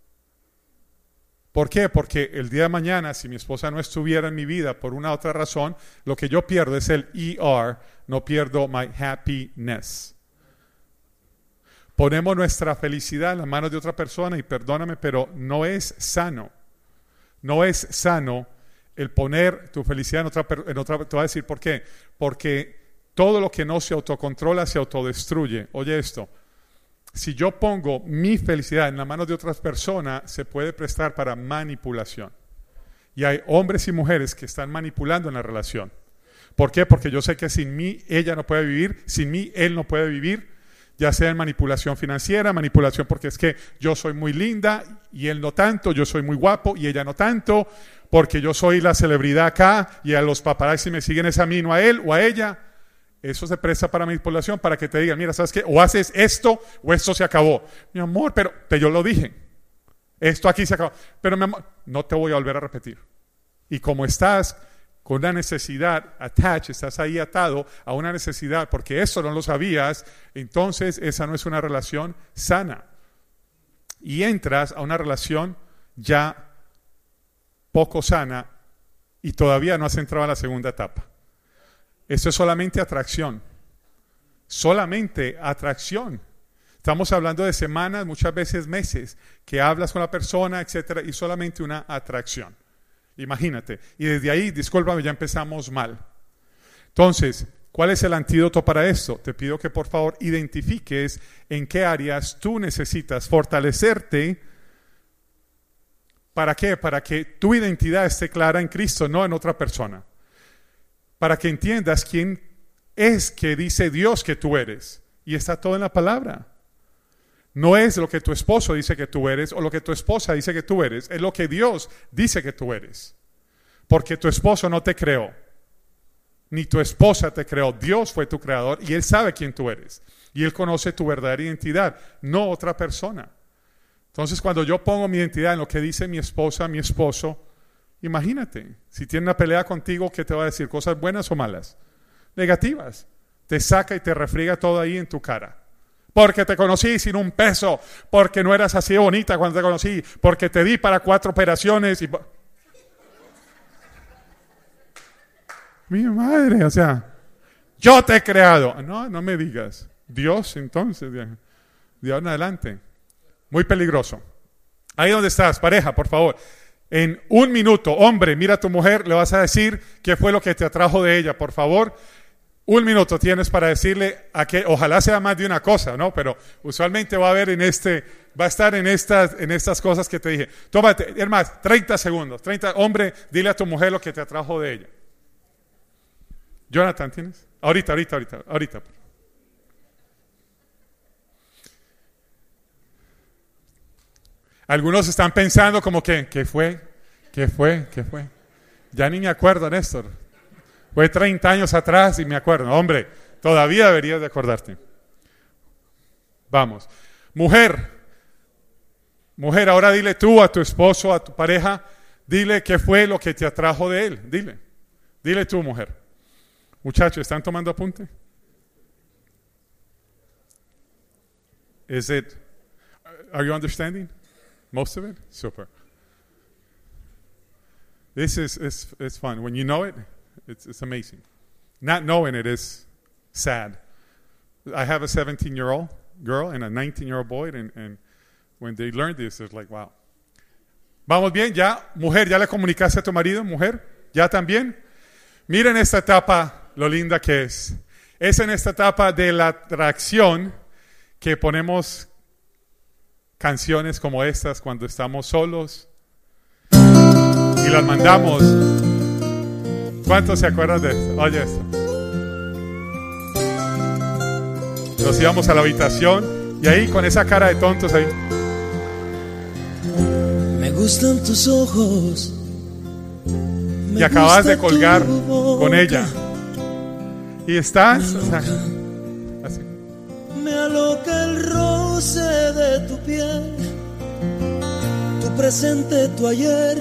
¿Por qué? Porque el día de mañana, si mi esposa no estuviera en mi vida por una otra razón, lo que yo pierdo es el E R, no pierdo my happiness. Ponemos nuestra felicidad en las manos de otra persona y perdóname, pero no es sano. No es sano el poner tu felicidad en otra persona. Te voy a decir por qué. Porque todo lo que no se autocontrola se autodestruye. Oye esto. Si yo pongo mi felicidad en las manos de otras personas, se puede prestar para manipulación. Y hay hombres y mujeres que están manipulando en la relación. ¿Por qué? Porque yo sé que sin mí ella no puede vivir, sin mí él no puede vivir, ya sea en manipulación financiera, manipulación porque es que yo soy muy linda y él no tanto, yo soy muy guapo y ella no tanto, porque yo soy la celebridad acá y a los paparazzi me siguen es a mí, no a él o a ella. Eso se presta para manipulación, para que te digan, mira, ¿sabes qué? O haces esto o esto se acabó. Mi amor, pero te, yo lo dije. Esto aquí se acabó. Pero mi amor, no te voy a volver a repetir. Y como estás con una necesidad attached, estás ahí atado a una necesidad, porque eso no lo sabías, entonces esa no es una relación sana. Y entras a una relación ya poco sana y todavía no has entrado a la segunda etapa. Eso es solamente atracción, solamente atracción. Estamos hablando de semanas, muchas veces meses, que hablas con la persona, etcétera, y solamente una atracción. Imagínate. Y desde ahí, discúlpame, ya empezamos mal. Entonces, ¿cuál es el antídoto para esto? Te pido que por favor identifiques en qué áreas tú necesitas fortalecerte. ¿Para qué? Para que tu identidad esté clara en Cristo, no en otra persona. Para que entiendas quién es que dice Dios que tú eres. Y está todo en la palabra. No es lo que tu esposo dice que tú eres o lo que tu esposa dice que tú eres. Es lo que Dios dice que tú eres. Porque tu esposo no te creó. Ni tu esposa te creó. Dios fue tu creador y Él sabe quién tú eres. Y Él conoce tu verdadera identidad, no otra persona. Entonces cuando yo pongo mi identidad en lo que dice mi esposa, mi esposo, imagínate, si tiene una pelea contigo, ¿qué te va a decir? ¿Cosas buenas o malas? Negativas. Te saca y te refriega todo ahí en tu cara. Porque te conocí sin un peso, porque no eras así de bonita cuando te conocí, porque te di para cuatro operaciones y... Mi madre, o sea, yo te he creado. No, no me digas. Dios, entonces, de ahora en adelante. Muy peligroso. Ahí donde estás, pareja, por favor. En un minuto, hombre, mira a tu mujer, le vas a decir qué fue lo que te atrajo de ella, por favor. Un minuto tienes para decirle a que, ojalá sea más de una cosa, ¿no? Pero usualmente va a haber en este, va a estar en estas, en estas cosas que te dije. Tómate, es más, treinta segundos, treinta, hombre, dile a tu mujer lo que te atrajo de ella. Jonathan, ¿tienes? Ahorita, ahorita, ahorita, ahorita. Algunos están pensando como que, ¿qué fue? ¿Qué fue? ¿Qué fue? Ya ni me acuerdo, Néstor. Fue treinta años atrás y me acuerdo. Hombre, todavía deberías de acordarte. Vamos. Mujer. Mujer, ahora dile tú a tu esposo, a tu pareja, dile qué fue lo que te atrajo de él. Dile. Dile tú, mujer. Muchachos, ¿están tomando apunte? Is it, are you understanding most of it? Super. This is, is, is fun. When you know it, it's, it's amazing. Not knowing it is sad. I have a seventeen-year-old girl and a nineteen-year-old boy, and, and when they learn this, it's like, wow. Vamos bien, ya, mujer, ¿ya le comunicaste a tu marido, mujer? ¿Ya también? Miren esta etapa, lo linda que es. Es en esta etapa de la atracción que ponemos canciones como estas cuando estamos solos y las mandamos. ¿Cuántos se acuerdan de esto? Oye esto. Nos íbamos a la habitación y ahí con esa cara de tontos ahí. Me gustan tus ojos. Y acabas de colgar con ella. Y estás, o sea, así. Me aloca el roce de tu piel, tu presente, tu ayer.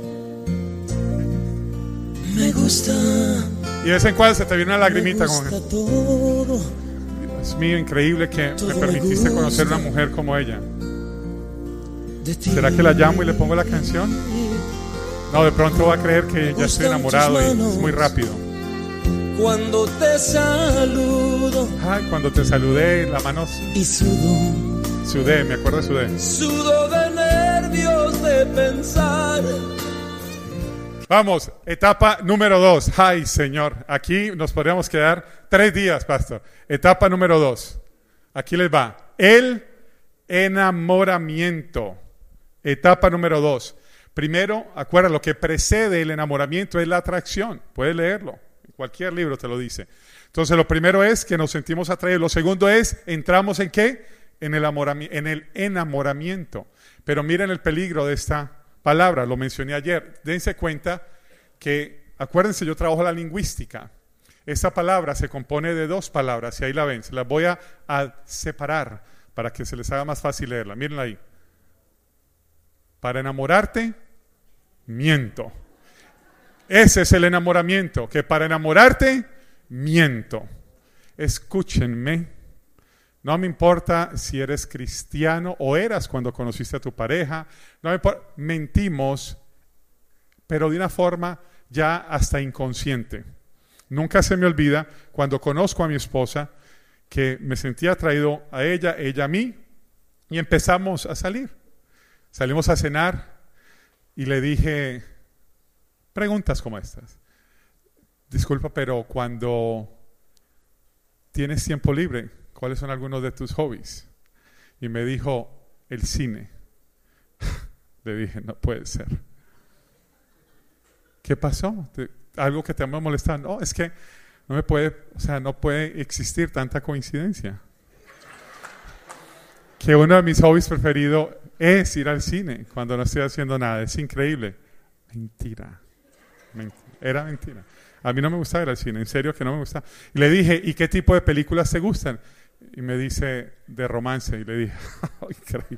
Me gusta. Y de vez en cuando se te viene una lagrimita como que, todo. Dios mío, increíble que me permitiste me conocer una mujer como ella. ¿Será que la llamo y le pongo la canción? No, de pronto va a creer que ya estoy enamorado y es muy rápido. Cuando te saludo. Ay, cuando te saludé, la mano y sudo. Sudé, me acuerdo de sudé. Sudo de nervios de pensar. Vamos, etapa número dos. Ay, Señor, aquí nos podríamos quedar tres días, pastor. Etapa número dos. Aquí les va. El enamoramiento. Etapa número dos. Primero, acuerda, lo que precede el enamoramiento es la atracción. Puedes leerlo. Cualquier libro te lo dice. Entonces, lo primero es que nos sentimos atraídos. Lo segundo es, ¿entramos en qué? En el, en el enamoramiento. Pero miren el peligro de esta palabra, lo mencioné ayer. Dense cuenta que, acuérdense, yo trabajo la lingüística. Esta palabra se compone de dos palabras, y ahí la ven. Se las voy a, a separar para que se les haga más fácil leerla. Mírenla ahí. Para enamorarte, miento. Ese es el enamoramiento, que para enamorarte, miento. Escúchenme, no me importa si eres cristiano o eras cuando conociste a tu pareja, no me importa, mentimos, pero de una forma ya hasta inconsciente. Nunca se me olvida cuando conozco a mi esposa que me sentía atraído a ella, ella a mí, y empezamos a salir. Salimos a cenar y le dije preguntas como estas. Disculpa, pero cuando tienes tiempo libre, ¿cuáles son algunos de tus hobbies? Y me dijo, el cine. Le dije, no puede ser. ¿Qué pasó? ¿Te, ¿Algo que te ha molestado? No, es que no me puede, o sea, no puede existir tanta coincidencia. Que uno de mis hobbies preferidos es ir al cine cuando no estoy haciendo nada. Es increíble. Mentira. Mentira. Era mentira. A mí no me gusta ir al cine, en serio que no me gusta. Y le dije, ¿y qué tipo de películas te gustan? Y me dice, de romance. Y le dije, increíble.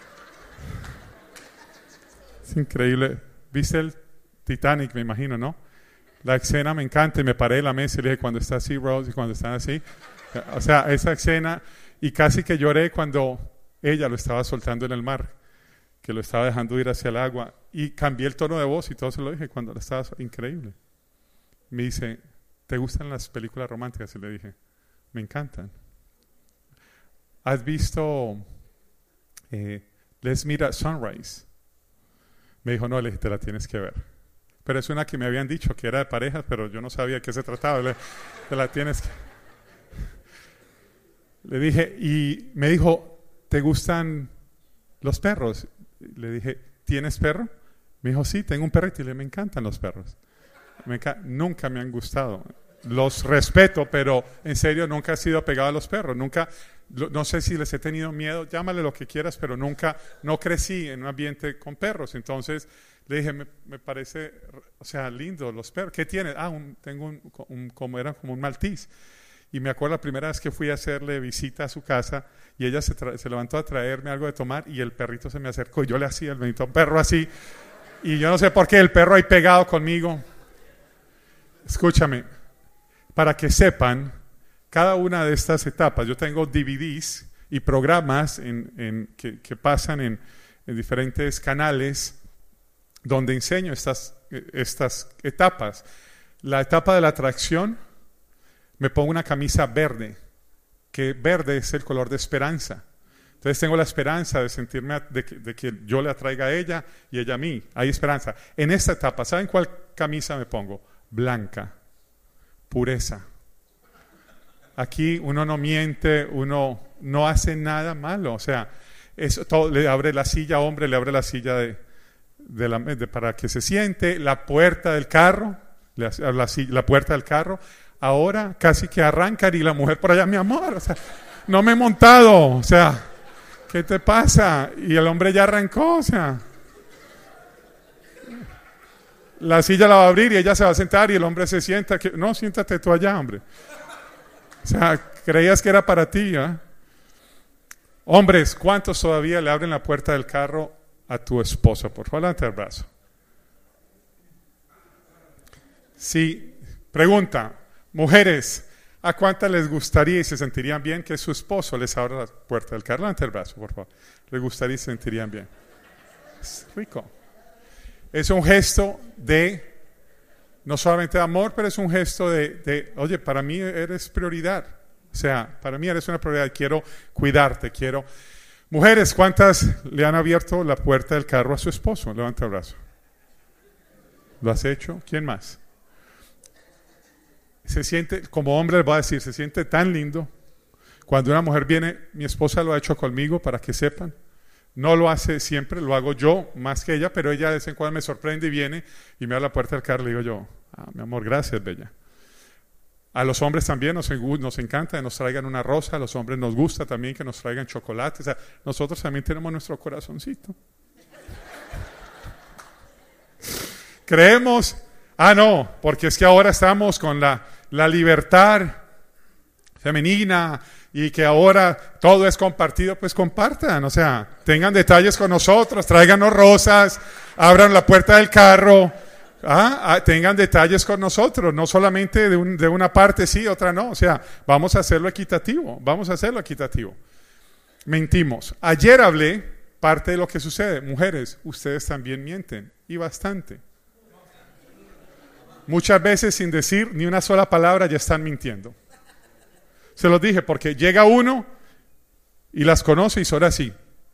Es increíble. ¿Viste el Titanic, me imagino, no? La escena me encanta y me paré en la mesa y le dije, cuando está así, Rose, y cuando están así. O sea, esa escena, y casi que lloré cuando ella lo estaba soltando en el mar, que lo estaba dejando ir hacia el agua. Y cambié el tono de voz y todo se lo dije cuando lo estaba, increíble. Me dice, ¿te gustan las películas románticas? Y le dije, me encantan. ¿Has visto eh, Let's Meet at Sunrise? Me dijo, no, le dije, te la tienes que ver. Pero es una que me habían dicho que era de parejas, pero yo no sabía de qué se trataba. Le, te la tienes que... Le dije, y me dijo, ¿te gustan los perros? Le dije, ¿tienes perro? Me dijo, sí, tengo un perrito. Y le dije, me encantan los perros. Me enc- nunca me han gustado. los respeto, pero en serio nunca he sido pegado a los perros, nunca, no sé si les he tenido miedo, llámale lo que quieras, pero nunca, no crecí en un ambiente con perros, entonces le dije, me, me parece, o sea, lindo los perros, ¿qué tienes? Ah, un, tengo un, un, como era como un maltés, y me acuerdo la primera vez que fui a hacerle visita a su casa, y ella se, tra- se levantó a traerme algo de tomar, y el perrito se me acercó, y yo le hacía el bendito perro así, y yo no sé por qué, el perro ahí pegado conmigo. Escúchame, para que sepan, cada una de estas etapas, yo tengo D V Ds y programas en, en, que, que pasan en, en diferentes canales donde enseño estas, estas etapas. La etapa de la atracción, me pongo una camisa verde, que verde es el color de esperanza. Entonces tengo la esperanza de sentirme, de que, de que yo le atraiga a ella y ella a mí. Hay esperanza. En esta etapa, ¿saben cuál camisa me pongo? Blanca, pureza. Aquí uno no miente, uno no hace nada malo. O sea, eso, todo, le abre la silla, hombre, le abre la silla de, de la, de, para que se siente, la puerta del carro, la, la, la puerta del carro. Ahora casi que arrancan y la mujer por allá, mi amor, o sea, no me he montado, o sea, ¿qué te pasa? Y el hombre ya arrancó, o sea. La silla la va a abrir y ella se va a sentar y el hombre se sienta. Que, no, siéntate tú allá, hombre. O sea, creías que era para ti, ¿eh? Hombres, ¿cuántos todavía le abren la puerta del carro a tu esposa? Por favor, levanta el brazo. Sí, pregunta, mujeres, ¿a cuántas les gustaría y se sentirían bien que su esposo les abra la puerta del carro? Levanta el brazo, por favor. ¿Les gustaría y se sentirían bien? Es rico. Es un gesto de, no solamente de amor, pero es un gesto de, de, oye, para mí eres prioridad. O sea, para mí eres una prioridad, quiero cuidarte, quiero... Mujeres, ¿cuántas le han abierto la puerta del carro a su esposo? Levanta el brazo. ¿Lo has hecho? ¿Quién más? Se siente, como hombre les voy a decir, se siente tan lindo. Cuando una mujer viene, mi esposa lo ha hecho conmigo, para que sepan. No lo hace siempre, lo hago yo más que ella, pero ella de vez en cuando me sorprende y viene y me abre la puerta del carro y le digo yo, ah, mi amor, gracias, bella. A los hombres también nos, nos encanta que nos traigan una rosa, a los hombres nos gusta también que nos traigan chocolate, o sea, nosotros también tenemos nuestro corazoncito. Creemos, ah no, porque es que ahora estamos con la, la libertad femenina y que ahora todo es compartido, pues compartan, o sea, tengan detalles con nosotros, tráiganos rosas, abran la puerta del carro, ¿ah? Ah, tengan detalles con nosotros, no solamente de, un, de una parte sí, otra no, o sea, vamos a hacerlo equitativo, vamos a hacerlo equitativo. Mentimos. Ayer hablé parte de lo que sucede. Mujeres, ustedes también mienten, y bastante. Muchas veces sin decir ni una sola palabra ya están mintiendo. Se los dije porque llega uno y las conoce y son así.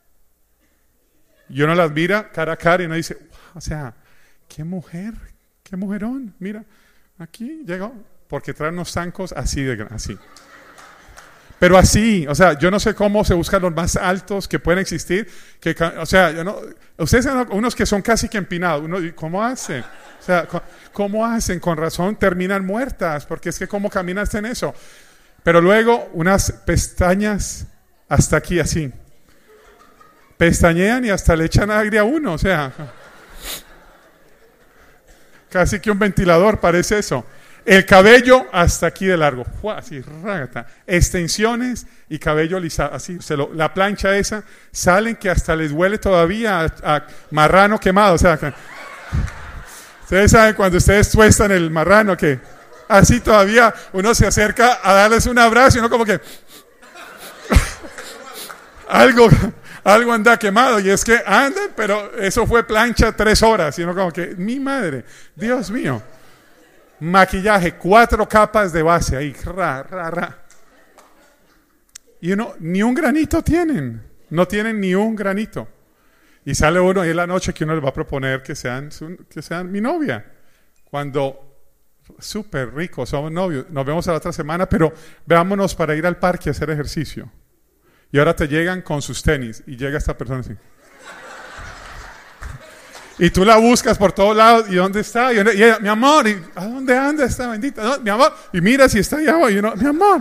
Y uno las mira cara a cara y uno dice, wow, o sea, qué mujer, qué mujerón. Mira, aquí llegó, porque traen unos zancos así de gran, así. Pero así, o sea, yo no sé cómo se buscan los más altos que pueden existir. Que, o sea, yo no, ustedes son unos que son casi que empinados. Uno, ¿cómo hacen? O sea, ¿cómo hacen? Con razón terminan muertas, porque es que ¿cómo caminaste en eso? Pero luego unas pestañas hasta aquí así. Pestañean y hasta le echan aire a uno, o sea. Casi que un ventilador parece eso. El cabello hasta aquí de largo. Así, rágata. Extensiones y cabello lisado. Así, se lo, la plancha esa, salen que hasta les huele todavía a, a marrano quemado. O sea, que, ustedes saben cuando ustedes tuestan el marrano que... Así todavía uno se acerca a darles un abrazo y uno como que algo, algo anda quemado y es que andan, pero eso fue plancha tres horas y uno como que, mi madre, Dios mío. Maquillaje, cuatro capas de base ahí, ra, ra, ra. Y uno, ni un granito tienen, no tienen ni un granito. Y sale uno ahí en la noche que uno les va a proponer que sean, que sean mi novia. Cuando... súper rico, somos novios, nos vemos a la otra semana, pero veámonos para ir al parque a hacer ejercicio. Y ahora te llegan con sus tenis y llega esta persona así. Y tú la buscas por todos lados. ¿Y dónde está? Y, dónde, y ella, mi amor, ¿y ¿a dónde anda esta bendita? ¿No? Mi amor. Y mira si está allá abajo. Y uno, mi amor.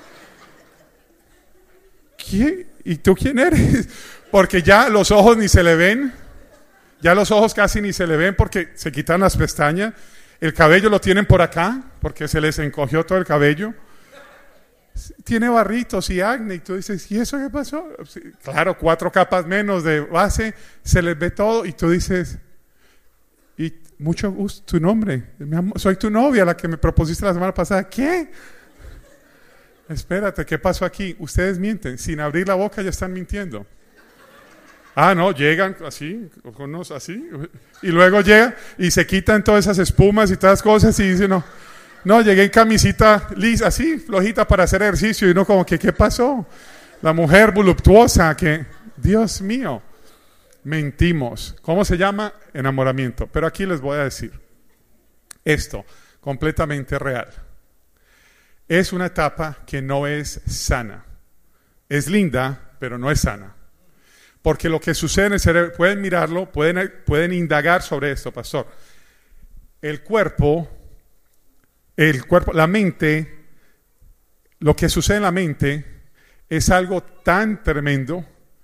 ¿Quién? ¿Y tú quién eres? Porque ya los ojos ni se le ven. Ya los ojos casi ni se le ven porque se quitan las pestañas. El cabello lo tienen por acá porque se les encogió todo el cabello. Tiene barritos y acné. Y tú dices, ¿y eso qué pasó? Claro, cuatro capas menos de base, se les ve todo. Y tú dices, y mucho gusto, tu nombre, mi amor, soy tu novia, la que me propusiste la semana pasada. ¿Qué? Espérate, ¿qué pasó aquí? Ustedes mienten, sin abrir la boca ya están mintiendo. Ah, no, llegan así, con unos así, y luego llegan y se quitan todas esas espumas y todas las cosas y dicen, no, no, llegué en camisita lisa, así, flojita para hacer ejercicio, y uno como que, ¿qué pasó? La mujer voluptuosa, que, Dios mío, mentimos. ¿Cómo se llama? Enamoramiento. Pero aquí les voy a decir, esto, completamente real. Es una etapa que no es sana. Es linda, pero no es sana. Porque lo que sucede en el cerebro, pueden mirarlo, pueden, pueden indagar sobre esto, pastor. El cuerpo, el cuerpo, la mente, lo que sucede en la mente es algo tan tremendo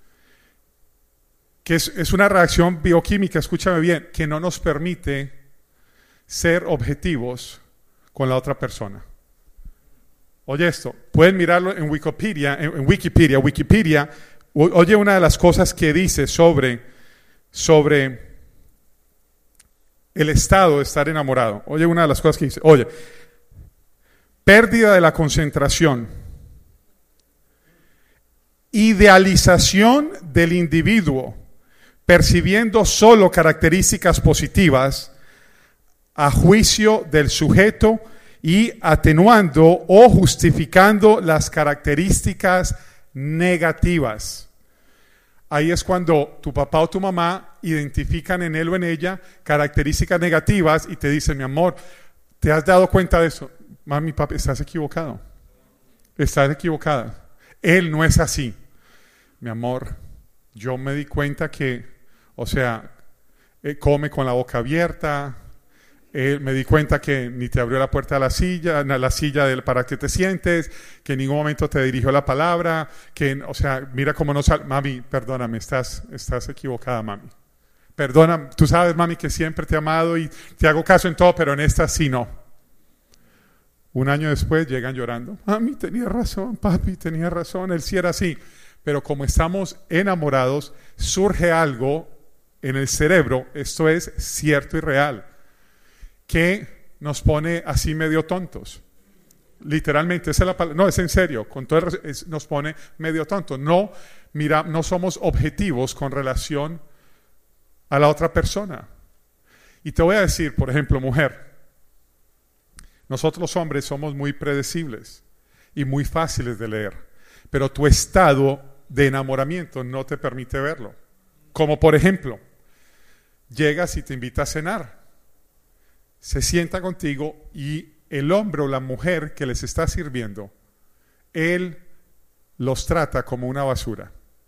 que es, es una reacción bioquímica, escúchame bien, que no nos permite ser objetivos con la otra persona. Oye esto, pueden mirarlo en Wikipedia, en, en Wikipedia, Wikipedia. Oye, una de las cosas que dice sobre, sobre el estado de estar enamorado. Oye, una de las cosas que dice. Oye, pérdida de la concentración, idealización del individuo, percibiendo solo características positivas, a juicio del sujeto y atenuando o justificando las características negativas. Ahí es cuando tu papá o tu mamá identifican en él o en ella características negativas y te dicen, mi amor, ¿te has dado cuenta de eso? Mami, papi, estás equivocado. Estás equivocada. Él no es así. Mi amor, yo me di cuenta que, o sea, eh, come con la boca abierta. Eh, me di cuenta que ni te abrió la puerta de la silla, la silla del, para que te sientes, que en ningún momento te dirigió la palabra, que, o sea, mira cómo no sale. Mami, perdóname, estás, estás equivocada, mami. Perdona, tú sabes, mami, que siempre te he amado y te hago caso en todo, pero en esta sí no. Un año después llegan llorando. Mami, tenía razón, papi, tenía razón, él sí era así. Pero como estamos enamorados, surge algo en el cerebro, esto es cierto y real, que nos pone así medio tontos. Literalmente, esa es la palabra. No, es en serio, con todo el, es, nos pone medio tontos. No, mira, no somos objetivos con relación a la otra persona. Y te voy a decir, por ejemplo, mujer, nosotros los hombres somos muy predecibles y muy fáciles de leer, pero tu estado de enamoramiento no te permite verlo. Como por ejemplo, llegas y te invita a cenar. Se sienta contigo y el hombre o la mujer que les está sirviendo, él los trata como una basura.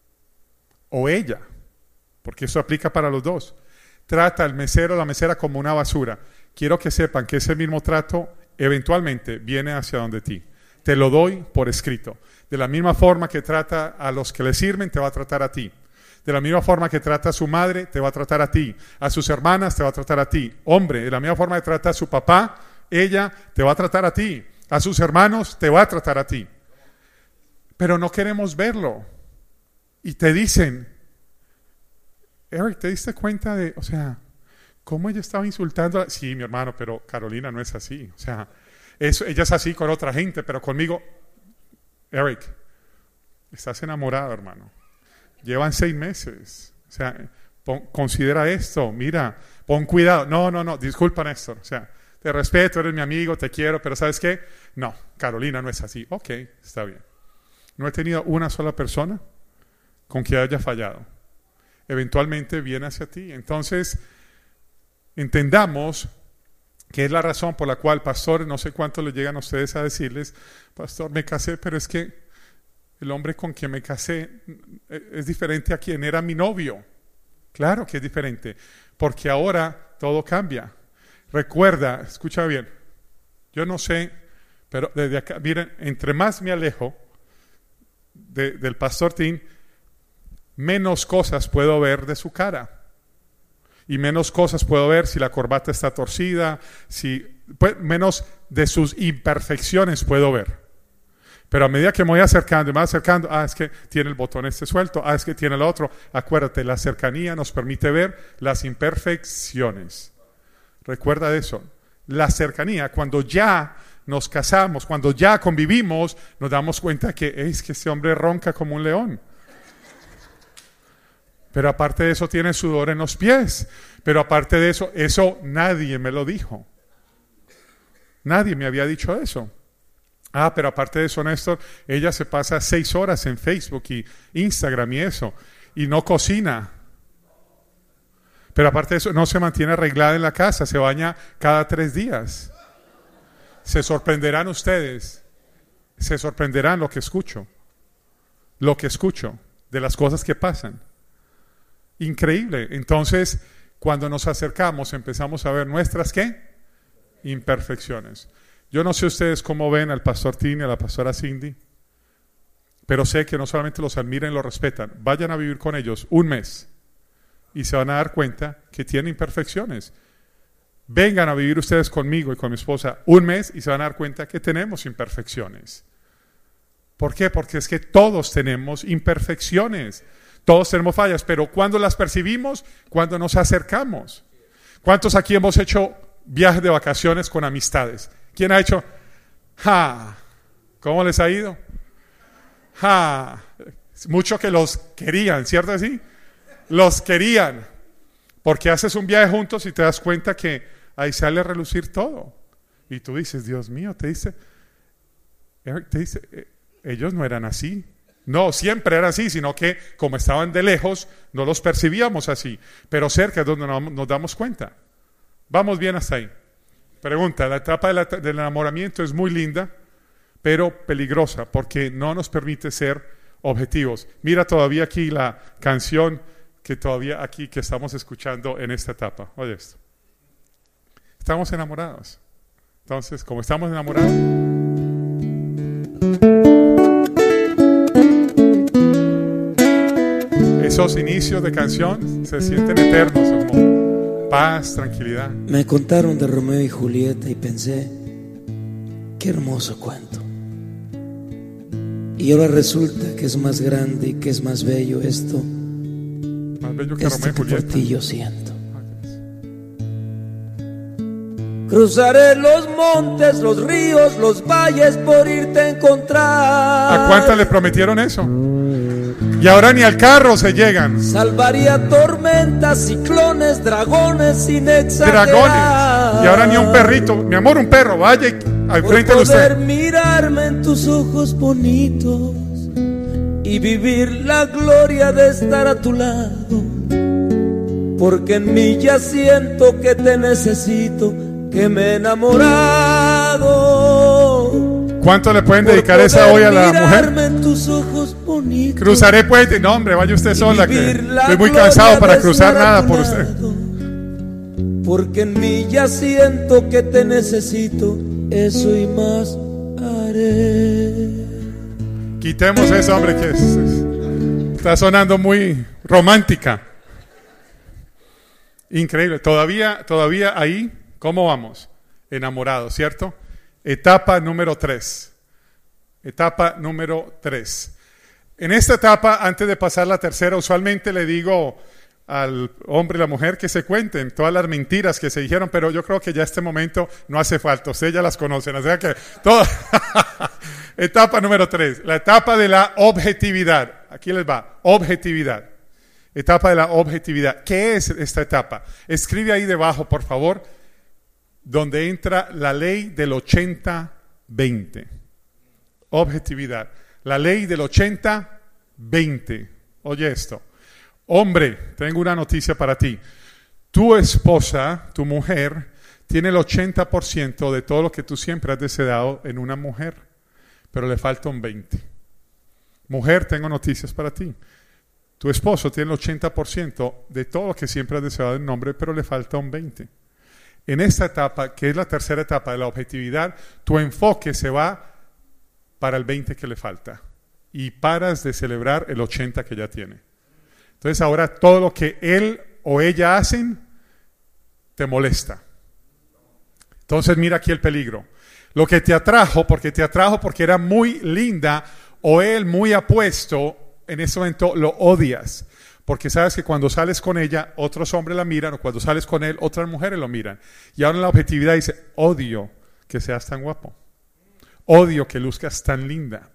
O ella, porque eso aplica para los dos. Trata al mesero o la mesera como una basura. Quiero que sepan que ese mismo trato eventualmente viene hacia donde ti. Te lo doy por escrito. De la misma forma que trata a los que le sirven, te va a tratar a ti. De la misma forma que trata a su madre, te va a tratar a ti. A sus hermanas, te va a tratar a ti. Hombre, de la misma forma que trata a su papá, ella te va a tratar a ti. A sus hermanos, te va a tratar a ti. Pero no queremos verlo. Y te dicen, Eric, ¿te diste cuenta de, o sea, cómo ella estaba insultando? A... Sí, mi hermano, pero Carolina no es así. O sea, eso, ella es así con otra gente, pero conmigo, Eric, estás enamorado, hermano. Llevan seis meses. O sea, pon, considera esto. Mira, pon cuidado. No, no, no. Disculpa, Néstor. O sea, te respeto, eres mi amigo, te quiero, pero ¿sabes qué? No, Carolina no es así. Ok, está bien. No he tenido una sola persona con quien haya fallado. Eventualmente viene hacia ti. Entonces, entendamos que es la razón por la cual, pastor, no sé cuánto le llegan a ustedes a decirles, pastor, me casé, pero es que el hombre con quien me casé es diferente a quien era mi novio. Claro que es diferente, porque ahora todo cambia. Recuerda, escucha bien, yo no sé, pero desde acá, miren, entre más me alejo de, del pastor Tim, menos cosas puedo ver de su cara. Y menos cosas puedo ver si la corbata está torcida, si, pues, menos de sus imperfecciones puedo ver. Pero a medida que me voy acercando y me voy acercando, ah, es que tiene el botón este suelto, ah, es que tiene el otro. Acuérdate, la cercanía nos permite ver las imperfecciones. Recuerda eso. La cercanía, cuando ya nos casamos, cuando ya convivimos, nos damos cuenta que es que este hombre ronca como un león. Pero aparte de eso tiene sudor en los pies. Pero aparte de eso, eso nadie me lo dijo. Nadie me había dicho eso. Ah, pero aparte de eso, Néstor, ella se pasa seis horas en Facebook y Instagram y eso, y no cocina. Pero aparte de eso, no se mantiene arreglada en la casa, se baña cada tres días. Se sorprenderán ustedes, se sorprenderán lo que escucho, lo que escucho de las cosas que pasan. Increíble. Entonces, cuando nos acercamos, empezamos a ver nuestras, ¿qué? Imperfecciones. Yo no sé ustedes cómo ven al pastor Tini, a la pastora Cindy, pero sé que no solamente los admiran y los respetan, vayan a vivir con ellos un mes y se van a dar cuenta que tienen imperfecciones. Vengan a vivir ustedes conmigo y con mi esposa un mes y se van a dar cuenta que tenemos imperfecciones. ¿Por qué? Porque es que todos tenemos imperfecciones, todos tenemos fallas, pero ¿cuándo las percibimos? Cuando nos acercamos. ¿Cuántos aquí hemos hecho viajes de vacaciones con amistades? ¿Quién ha hecho? ¡Ja! ¿Cómo les ha ido? ¡Ja! Mucho que los querían, ¿cierto así? Los querían. Porque haces un viaje juntos y te das cuenta que ahí sale a relucir todo. Y tú dices, Dios mío, te dice, te dice, ellos no eran así. No, siempre eran así, sino que como estaban de lejos, no los percibíamos así. Pero cerca es donde nos damos cuenta. Vamos bien hasta ahí. Pregunta, la etapa de la, del enamoramiento es muy linda, pero peligrosa, porque no nos permite ser objetivos. Mira todavía aquí la canción que todavía aquí que estamos escuchando en esta etapa. Oye esto. Estamos enamorados. Entonces, como estamos enamorados, esos inicios de canción se sienten eternos, como paz, tranquilidad. Me contaron de Romeo y Julieta y pensé, qué hermoso cuento. Y ahora resulta que es más grande y que es más bello esto. Más bello que esto Romeo y que Julieta. por ti yo siento. Cruzaré los montes, los ríos, los valles por irte a encontrar. ¿A cuántas le prometieron eso? Y ahora ni al carro se llegan. Salvaría tormentas, ciclones, dragones sin exagerar. Dragones. Y ahora ni un perrito. Mi amor, un perro, vaya al frente de usted. Poder mirarme en tus ojos bonitos y vivir la gloria de estar a tu lado. Porque en mí ya siento que te necesito, que me he enamorado. ¿Cuánto le pueden dedicar esa hoy a la mujer? En tus ojos bonitos, cruzaré puente. No, hombre, vaya usted sola, que estoy muy cansado para cruzar nada por usted. Porque en mí ya siento que te necesito, eso y más haré. Quitemos eso, hombre, que es, es, está sonando muy romántica. Increíble. Todavía, todavía ahí, ¿cómo vamos? Enamorados, ¿cierto? Etapa número tres. Etapa número tres. En esta etapa, antes de pasar la tercera, usualmente le digo al hombre y la mujer que se cuenten todas las mentiras que se dijeron, pero yo creo que ya este momento no hace falta. Ustedes ya las conocen, o sea que todo. Etapa número tres. La etapa de la objetividad. Aquí les va. Objetividad. Etapa de la objetividad. ¿Qué es esta etapa? Escribe ahí debajo, por favor, donde entra la ley del ochenta veinte. Objetividad. La ley del ochenta veinte. Oye esto. Hombre, tengo una noticia para ti. Tu esposa, tu mujer, tiene el ochenta por ciento de todo lo que tú siempre has deseado en una mujer, pero le falta un veinte por ciento. Mujer, tengo noticias para ti. Tu esposo tiene el ochenta por ciento de todo lo que siempre has deseado en un hombre, pero le falta un veinte por ciento. En esta etapa, que es la tercera etapa de la objetividad, tu enfoque se va para el veinte por ciento que le falta y paras de celebrar el ochenta por ciento que ya tiene. Entonces ahora todo lo que él o ella hacen te molesta. Entonces mira aquí el peligro. Lo que te atrajo, porque te atrajo porque era muy linda o él muy apuesto, en ese momento lo odias. Porque sabes que cuando sales con ella, otros hombres la miran, o cuando sales con él, otras mujeres lo miran. Y ahora en la objetividad dice, odio que seas tan guapo. Odio que luzcas tan linda.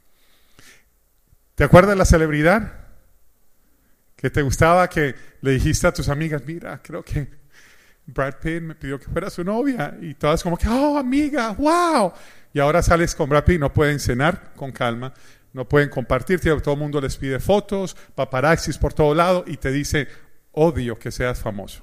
¿Te acuerdas de la celebridad? Que te gustaba, que le dijiste a tus amigas, mira, creo que Brad Pitt me pidió que fuera su novia. Y todas como que, oh, amiga, wow. Y ahora sales con Brad Pitt, no pueden cenar con calma. No pueden compartir, todo el mundo les pide fotos, paparazzis por todo lado y te dice, odio que seas famoso.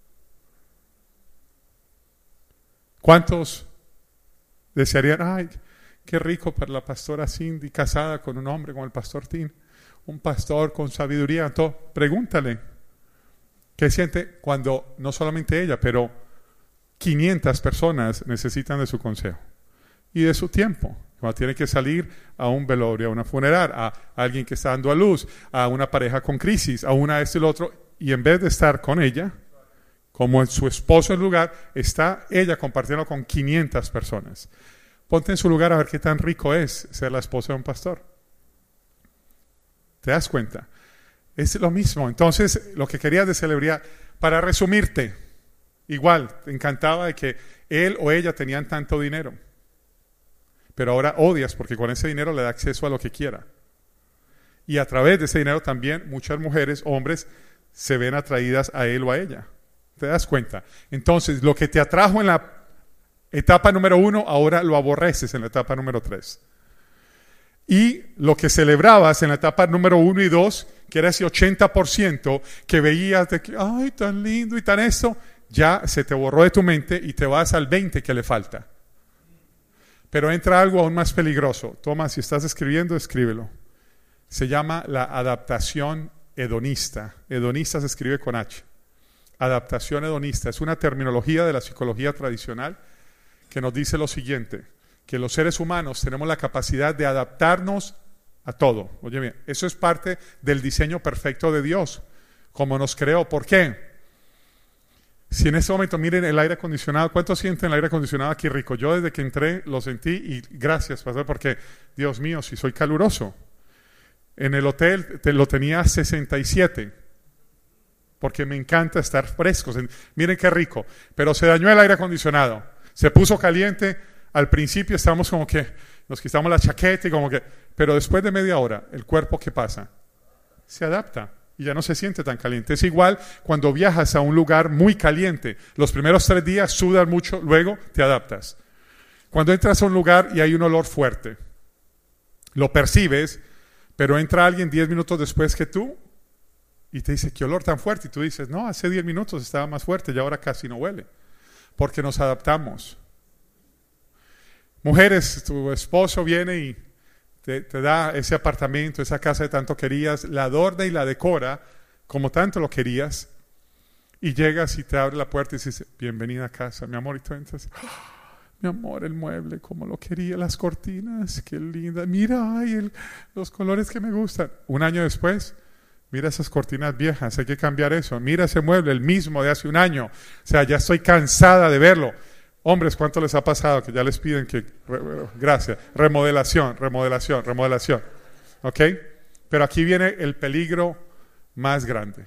¿Cuántos desearían, ay, qué rico para la pastora Cindy casada con un hombre como el pastor Tim, un pastor con sabiduría? Todo. Pregúntale, ¿qué siente cuando no solamente ella, pero quinientas personas necesitan de su consejo y de su tiempo? Cuando tiene que salir a un velorio, a una funeraria, a alguien que está dando a luz, a una pareja con crisis, a una esto y lo otro, y en vez de estar con ella, como en su esposo en lugar, está ella compartiendo con quinientas personas. Ponte en su lugar a ver qué tan rico es ser la esposa de un pastor. ¿Te das cuenta? Es lo mismo. Entonces, lo que querías de celebridad, para resumirte, igual, te encantaba de que él o ella tenían tanto dinero. Pero ahora odias porque con ese dinero le da acceso a lo que quiera. Y a través de ese dinero también muchas mujeres, hombres, se ven atraídas a él o a ella. ¿Te das cuenta? Entonces, lo que te atrajo en la etapa número uno, ahora lo aborreces en la etapa número tres. Y lo que celebrabas en la etapa número uno y dos, que era ese ochenta por ciento que veías de que, ay, tan lindo y tan eso, ya se te borró de tu mente y te vas al veinte que le falta. Pero entra algo aún más peligroso. Toma, si estás escribiendo, escríbelo. Se llama la adaptación hedonista. Hedonista se escribe con H. Adaptación hedonista. Es una terminología de la psicología tradicional que nos dice lo siguiente, que los seres humanos tenemos la capacidad de adaptarnos a todo. Oye bien, eso es parte del diseño perfecto de Dios, como nos creó. ¿Por qué? Si en este momento miren el aire acondicionado, ¿cuántos sienten el aire acondicionado aquí rico? Yo desde que entré lo sentí y gracias, pastor, porque Dios mío, si soy caluroso. En el hotel te, lo tenía a sesenta y siete, porque me encanta estar frescos. Miren qué rico, pero se dañó el aire acondicionado, se puso caliente. Al principio estábamos como que nos quitamos la chaqueta y como que, pero después de media hora, el cuerpo, ¿qué pasa? Se adapta. Y ya no se siente tan caliente. Es igual cuando viajas a un lugar muy caliente. Los primeros tres días sudas mucho, luego te adaptas. Cuando entras a un lugar y hay un olor fuerte, lo percibes, pero entra alguien diez minutos después que tú y te dice, ¿qué olor tan fuerte? Y tú dices, no, hace diez minutos estaba más fuerte y ahora casi no huele. Porque nos adaptamos. Mujeres, tu esposo viene y Te, te da ese apartamento, esa casa que tanto querías, la adorna y la decora como tanto lo querías, y llegas y te abre la puerta y dices, bienvenida a casa, mi amor, y tú entras, oh, mi amor, el mueble, como lo quería, las cortinas, qué linda, mira, ay, el, los colores que me gustan. Un año después, mira esas cortinas viejas, hay que cambiar eso, mira ese mueble, el mismo de hace un año, o sea, ya estoy cansada de verlo. Hombres, ¿cuánto les ha pasado que ya les piden que, re, gracias, remodelación, remodelación, remodelación? ¿Ok? Pero aquí viene el peligro más grande.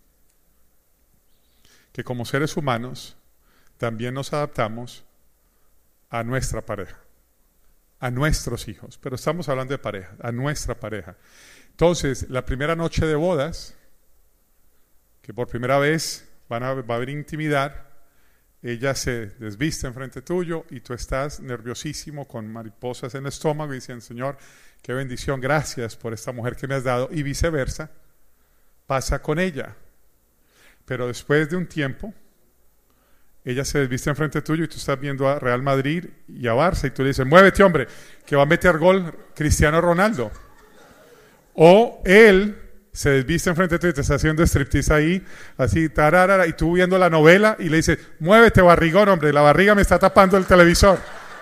Que como seres humanos también nos adaptamos a nuestra pareja, a nuestros hijos, pero estamos hablando de pareja, a nuestra pareja. Entonces, la primera noche de bodas, que por primera vez van a, va a haber intimidad, ella se desviste enfrente tuyo y tú estás nerviosísimo con mariposas en el estómago y diciendo, Señor, qué bendición, gracias por esta mujer que me has dado, y viceversa, pasa con ella. Pero después de un tiempo, ella se desviste enfrente tuyo y tú estás viendo a Real Madrid y a Barça y tú le dices, muévete hombre, que va a meter gol Cristiano Ronaldo. O él se desviste enfrente de ti y te está haciendo striptease ahí, así, tararara, y tú viendo la novela y le dices, muévete barrigón, hombre, la barriga me está tapando el televisor.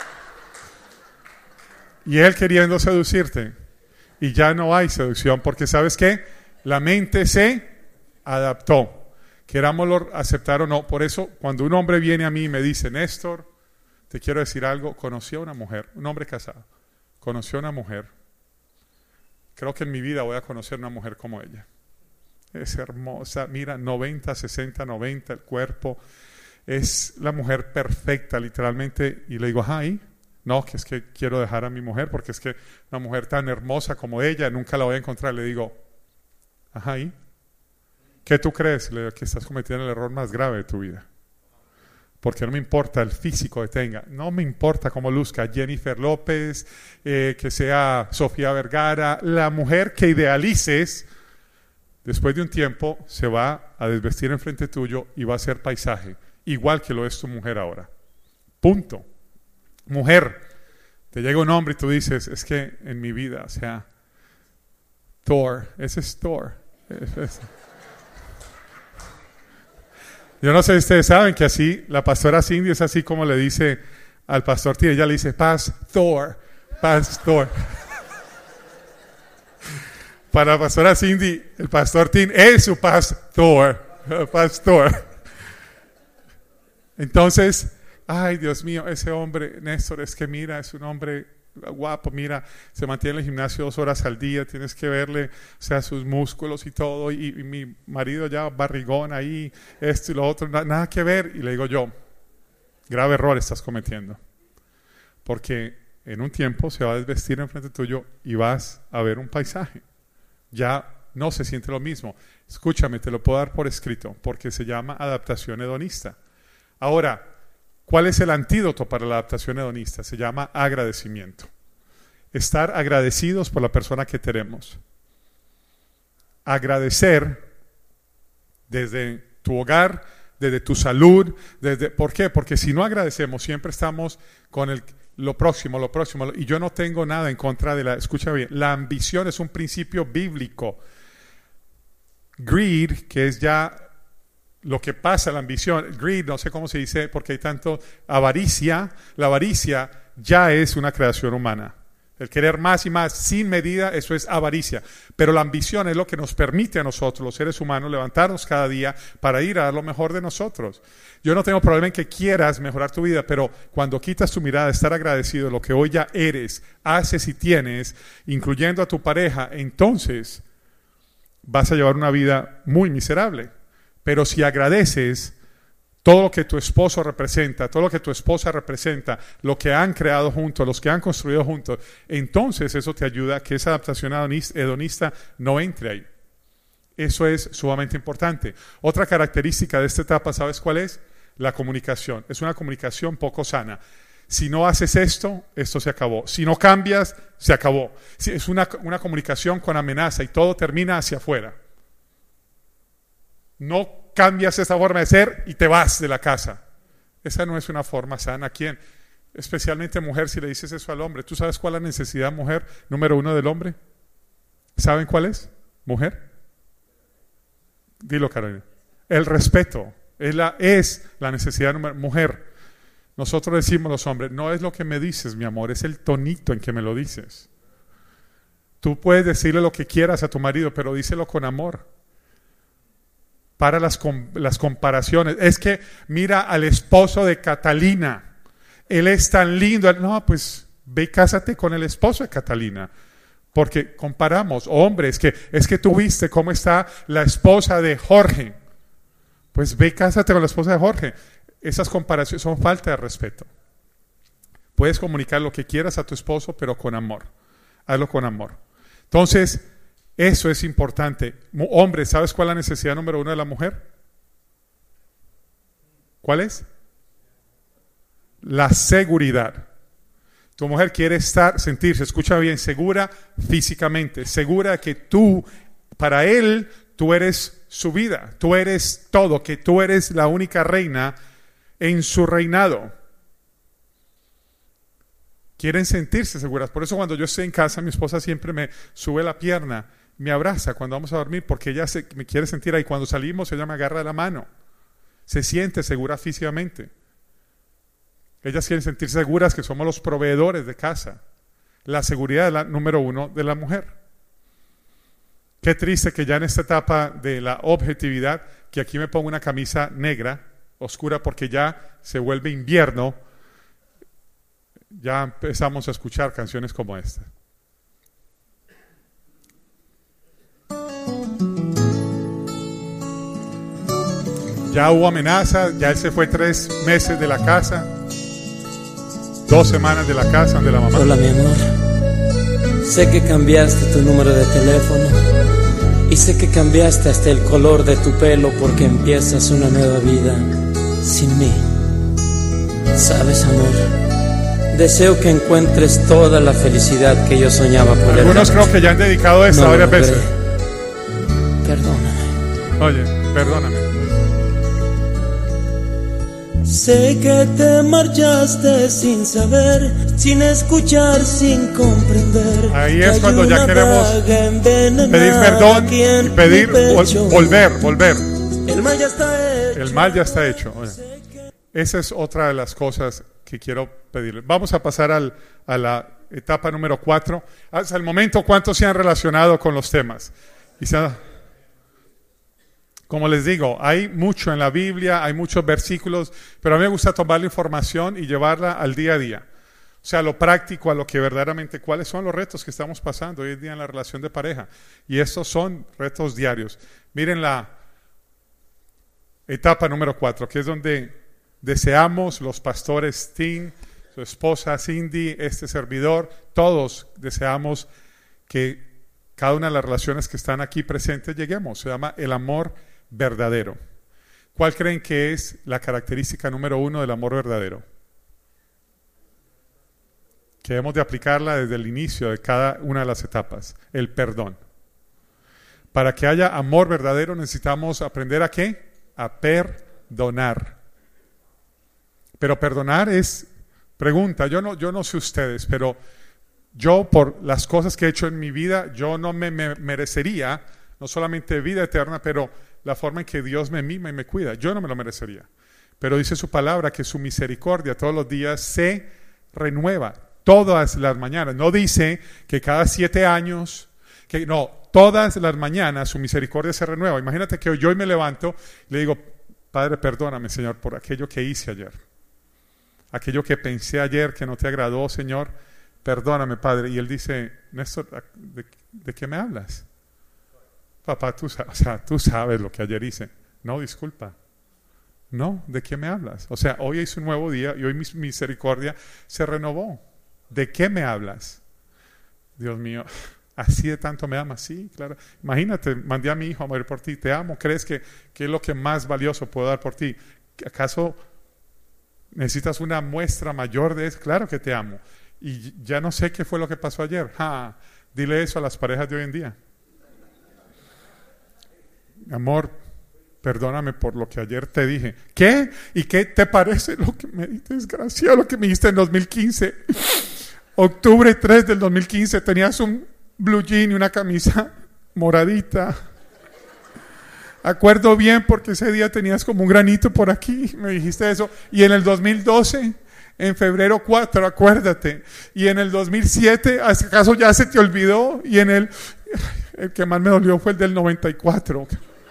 Y él queriendo seducirte. Y ya no hay seducción, porque ¿sabes qué? La mente se adaptó. Querámoslo aceptar o no. Por eso, cuando un hombre viene a mí y me dice, Néstor, te quiero decir algo, conocí a una mujer, un hombre casado, conoció a una mujer. Creo que en mi vida voy a conocer una mujer como ella. Es hermosa, mira, noventa, sesenta, noventa, el cuerpo. Es la mujer perfecta, literalmente. Y le digo, ay, no, que es que quiero dejar a mi mujer, porque es que una mujer tan hermosa como ella, nunca la voy a encontrar. Le digo, ajá, ¿y qué tú crees? Le digo, que estás cometiendo el error más grave de tu vida. Porque no me importa el físico que tenga, no me importa cómo luzca Jennifer López, eh, que sea Sofía Vergara, la mujer que idealices, después de un tiempo se va a desvestir enfrente tuyo y va a ser paisaje, igual que lo es tu mujer ahora. Punto. Mujer, te llega un hombre y tú dices, es que en mi vida, o sea, Thor, ese es Thor. Ese es. Yo no sé si ustedes saben que así, la pastora Cindy es así como le dice al pastor T, ella le dice, Pastor, Pastor. Para la pastora Cindy, el pastor Tim es su pastor, pastor. Entonces, ay Dios mío, ese hombre, Néstor, es que mira, es un hombre guapo, mira, se mantiene en el gimnasio dos horas al día, tienes que verle, o sea, sus músculos y todo, y, y mi marido ya barrigón ahí, esto y lo otro, na, nada que ver. Y le digo yo, grave error estás cometiendo, porque en un tiempo se va a desvestir enfrente tuyo y vas a ver un paisaje, ya no se siente lo mismo. Escúchame, te lo puedo dar por escrito, porque se llama adaptación hedonista. Ahora, ¿cuál es el antídoto para la adaptación hedonista? Se llama agradecimiento. Estar agradecidos por la persona que tenemos. Agradecer desde tu hogar, desde tu salud. Desde, ¿por qué? Porque si no agradecemos, siempre estamos con el, lo próximo, lo próximo. Y yo no tengo nada en contra de la... Escucha bien, la ambición es un principio bíblico. Greed, que es ya... lo que pasa, la ambición, greed, no sé cómo se dice porque hay tanto, avaricia, la avaricia ya es una creación humana. El querer más y más sin medida, eso es avaricia. Pero la ambición es lo que nos permite a nosotros, los seres humanos, levantarnos cada día para ir a dar lo mejor de nosotros. Yo no tengo problema en que quieras mejorar tu vida, pero cuando quitas tu mirada, estar agradecido de lo que hoy ya eres, haces y tienes, incluyendo a tu pareja, entonces vas a llevar una vida muy miserable. Pero si agradeces todo lo que tu esposo representa, todo lo que tu esposa representa, lo que han creado juntos, los que han construido juntos, entonces eso te ayuda a que esa adaptación hedonista no entre ahí. Eso es sumamente importante. Otra característica de esta etapa, ¿sabes cuál es? La comunicación. Es una comunicación poco sana. Si no haces esto, esto se acabó. Si no cambias, se acabó. Es una, una comunicación con amenaza y todo termina hacia afuera. No cambias esa forma de ser y te vas de la casa. Esa no es una forma sana. ¿A quién? Especialmente mujer, si le dices eso al hombre. ¿Tú sabes cuál es la necesidad, mujer, número uno del hombre? ¿Saben cuál es? ¿Mujer? Dilo, Carolina. El respeto. Es la, es la necesidad número uno. Mujer. Nosotros decimos los hombres, no es lo que me dices, mi amor, es el tonito en que me lo dices. Tú puedes decirle lo que quieras a tu marido, pero díselo con amor. Para las, com las comparaciones. Es que mira al esposo de Catalina. Él es tan lindo. No, pues ve y cásate con el esposo de Catalina. Porque comparamos. Hombre, es que, es que tú viste cómo está la esposa de Jorge. Pues ve y cásate con la esposa de Jorge. Esas comparaciones son falta de respeto. Puedes comunicar lo que quieras a tu esposo, pero con amor. Hazlo con amor. Entonces... eso es importante. Hombre, ¿sabes cuál es la necesidad número uno de la mujer? ¿Cuál es? La seguridad. Tu mujer quiere estar, sentirse, escucha bien, segura físicamente, segura de que tú, para él, tú eres su vida, tú eres todo, que tú eres la única reina en su reinado. Quieren sentirse seguras. Por eso cuando yo estoy en casa, mi esposa siempre me sube la pierna me abraza cuando vamos a dormir porque ella se, me quiere sentir ahí. Cuando salimos, ella me agarra de la mano. Se siente segura físicamente. Ellas quieren sentirse seguras que somos los proveedores de casa. La seguridad es la número uno de la mujer. Qué triste que ya en esta etapa de la objetividad, que aquí me pongo una camisa negra, oscura, porque ya se vuelve invierno, ya empezamos a escuchar canciones como esta. Ya hubo amenazas, ya él se fue tres meses de la casa, dos semanas de la casa de la mamá. Hola, mi amor. Sé que cambiaste tu número de teléfono y sé que cambiaste hasta el color de tu pelo porque empiezas una nueva vida sin mí. Sabes, amor, deseo que encuentres toda la felicidad que yo soñaba poder. Algunos creo que ya han dedicado esta no varias veces. Perdóname. Oye, perdóname. Sé que te marchaste sin saber, sin escuchar, sin comprender. Ahí es cuando ya queremos pedir perdón y pedir vol- volver, volver. El mal ya está hecho. El mal ya está hecho. Oye, esa es otra de las cosas que quiero pedirle. Vamos a pasar al, a la etapa número cuatro. Hasta el momento, ¿cuántos se han relacionado con los temas? Y se han... Como les digo, hay mucho en la Biblia, hay muchos versículos, pero a mí me gusta tomar la información y llevarla al día a día. O sea, a lo práctico, a lo que verdaderamente, cuáles son los retos que estamos pasando hoy en día en la relación de pareja. Y estos son retos diarios. Miren la etapa número cuatro, que es donde deseamos los pastores Tim, su esposa Cindy, este servidor, todos deseamos que cada una de las relaciones que están aquí presentes lleguemos. Se llama el amor verdadero. ¿Cuál creen que es la característica número uno del amor verdadero? Que debemos de aplicarla desde el inicio de cada una de las etapas, el perdón. Para que haya amor verdadero necesitamos aprender a ¿qué? A perdonar. Pero perdonar es, pregunta, yo no, yo no sé ustedes, pero yo por las cosas que he hecho en mi vida, yo no me, me merecería, no solamente vida eterna, pero la forma en que Dios me mima y me cuida, yo no me lo merecería. Pero dice su palabra que su misericordia todos los días se renueva, todas las mañanas. No dice que cada siete años, que no, todas las mañanas su misericordia se renueva. Imagínate que yo hoy me levanto y le digo, Padre, perdóname, Señor, por aquello que hice ayer. Aquello que pensé ayer que no te agradó, Señor, perdóname, Padre. Y él dice, Néstor, ¿de, de qué me hablas? Papá, tú, o sea, tú sabes lo que ayer hice. No, disculpa. No, ¿de qué me hablas? O sea, hoy es un nuevo día y hoy mi misericordia se renovó. ¿De qué me hablas? Dios mío, ¿así de tanto me amas? Sí, claro. Imagínate, mandé a mi hijo a morir por ti. Te amo. ¿Crees que, que es lo que más valioso puedo dar por ti? ¿Acaso necesitas una muestra mayor de eso? Claro que te amo. Y ya no sé qué fue lo que pasó ayer. Ja, dile eso a las parejas de hoy en día. Amor, perdóname por lo que ayer te dije. ¿Qué? ¿Y qué te parece lo que me dijiste? Desgraciado, lo que me dijiste en dos mil quince. Octubre tres del dos mil quince, tenías un blue jean y una camisa moradita. Acuerdo bien porque ese día tenías como un granito por aquí, me dijiste eso. Y en el dos mil doce, en febrero cuatro, acuérdate. Y en el dos mil siete, ¿acaso ya se te olvidó? Y en el, el que más me dolió fue el del noventa y cuatro.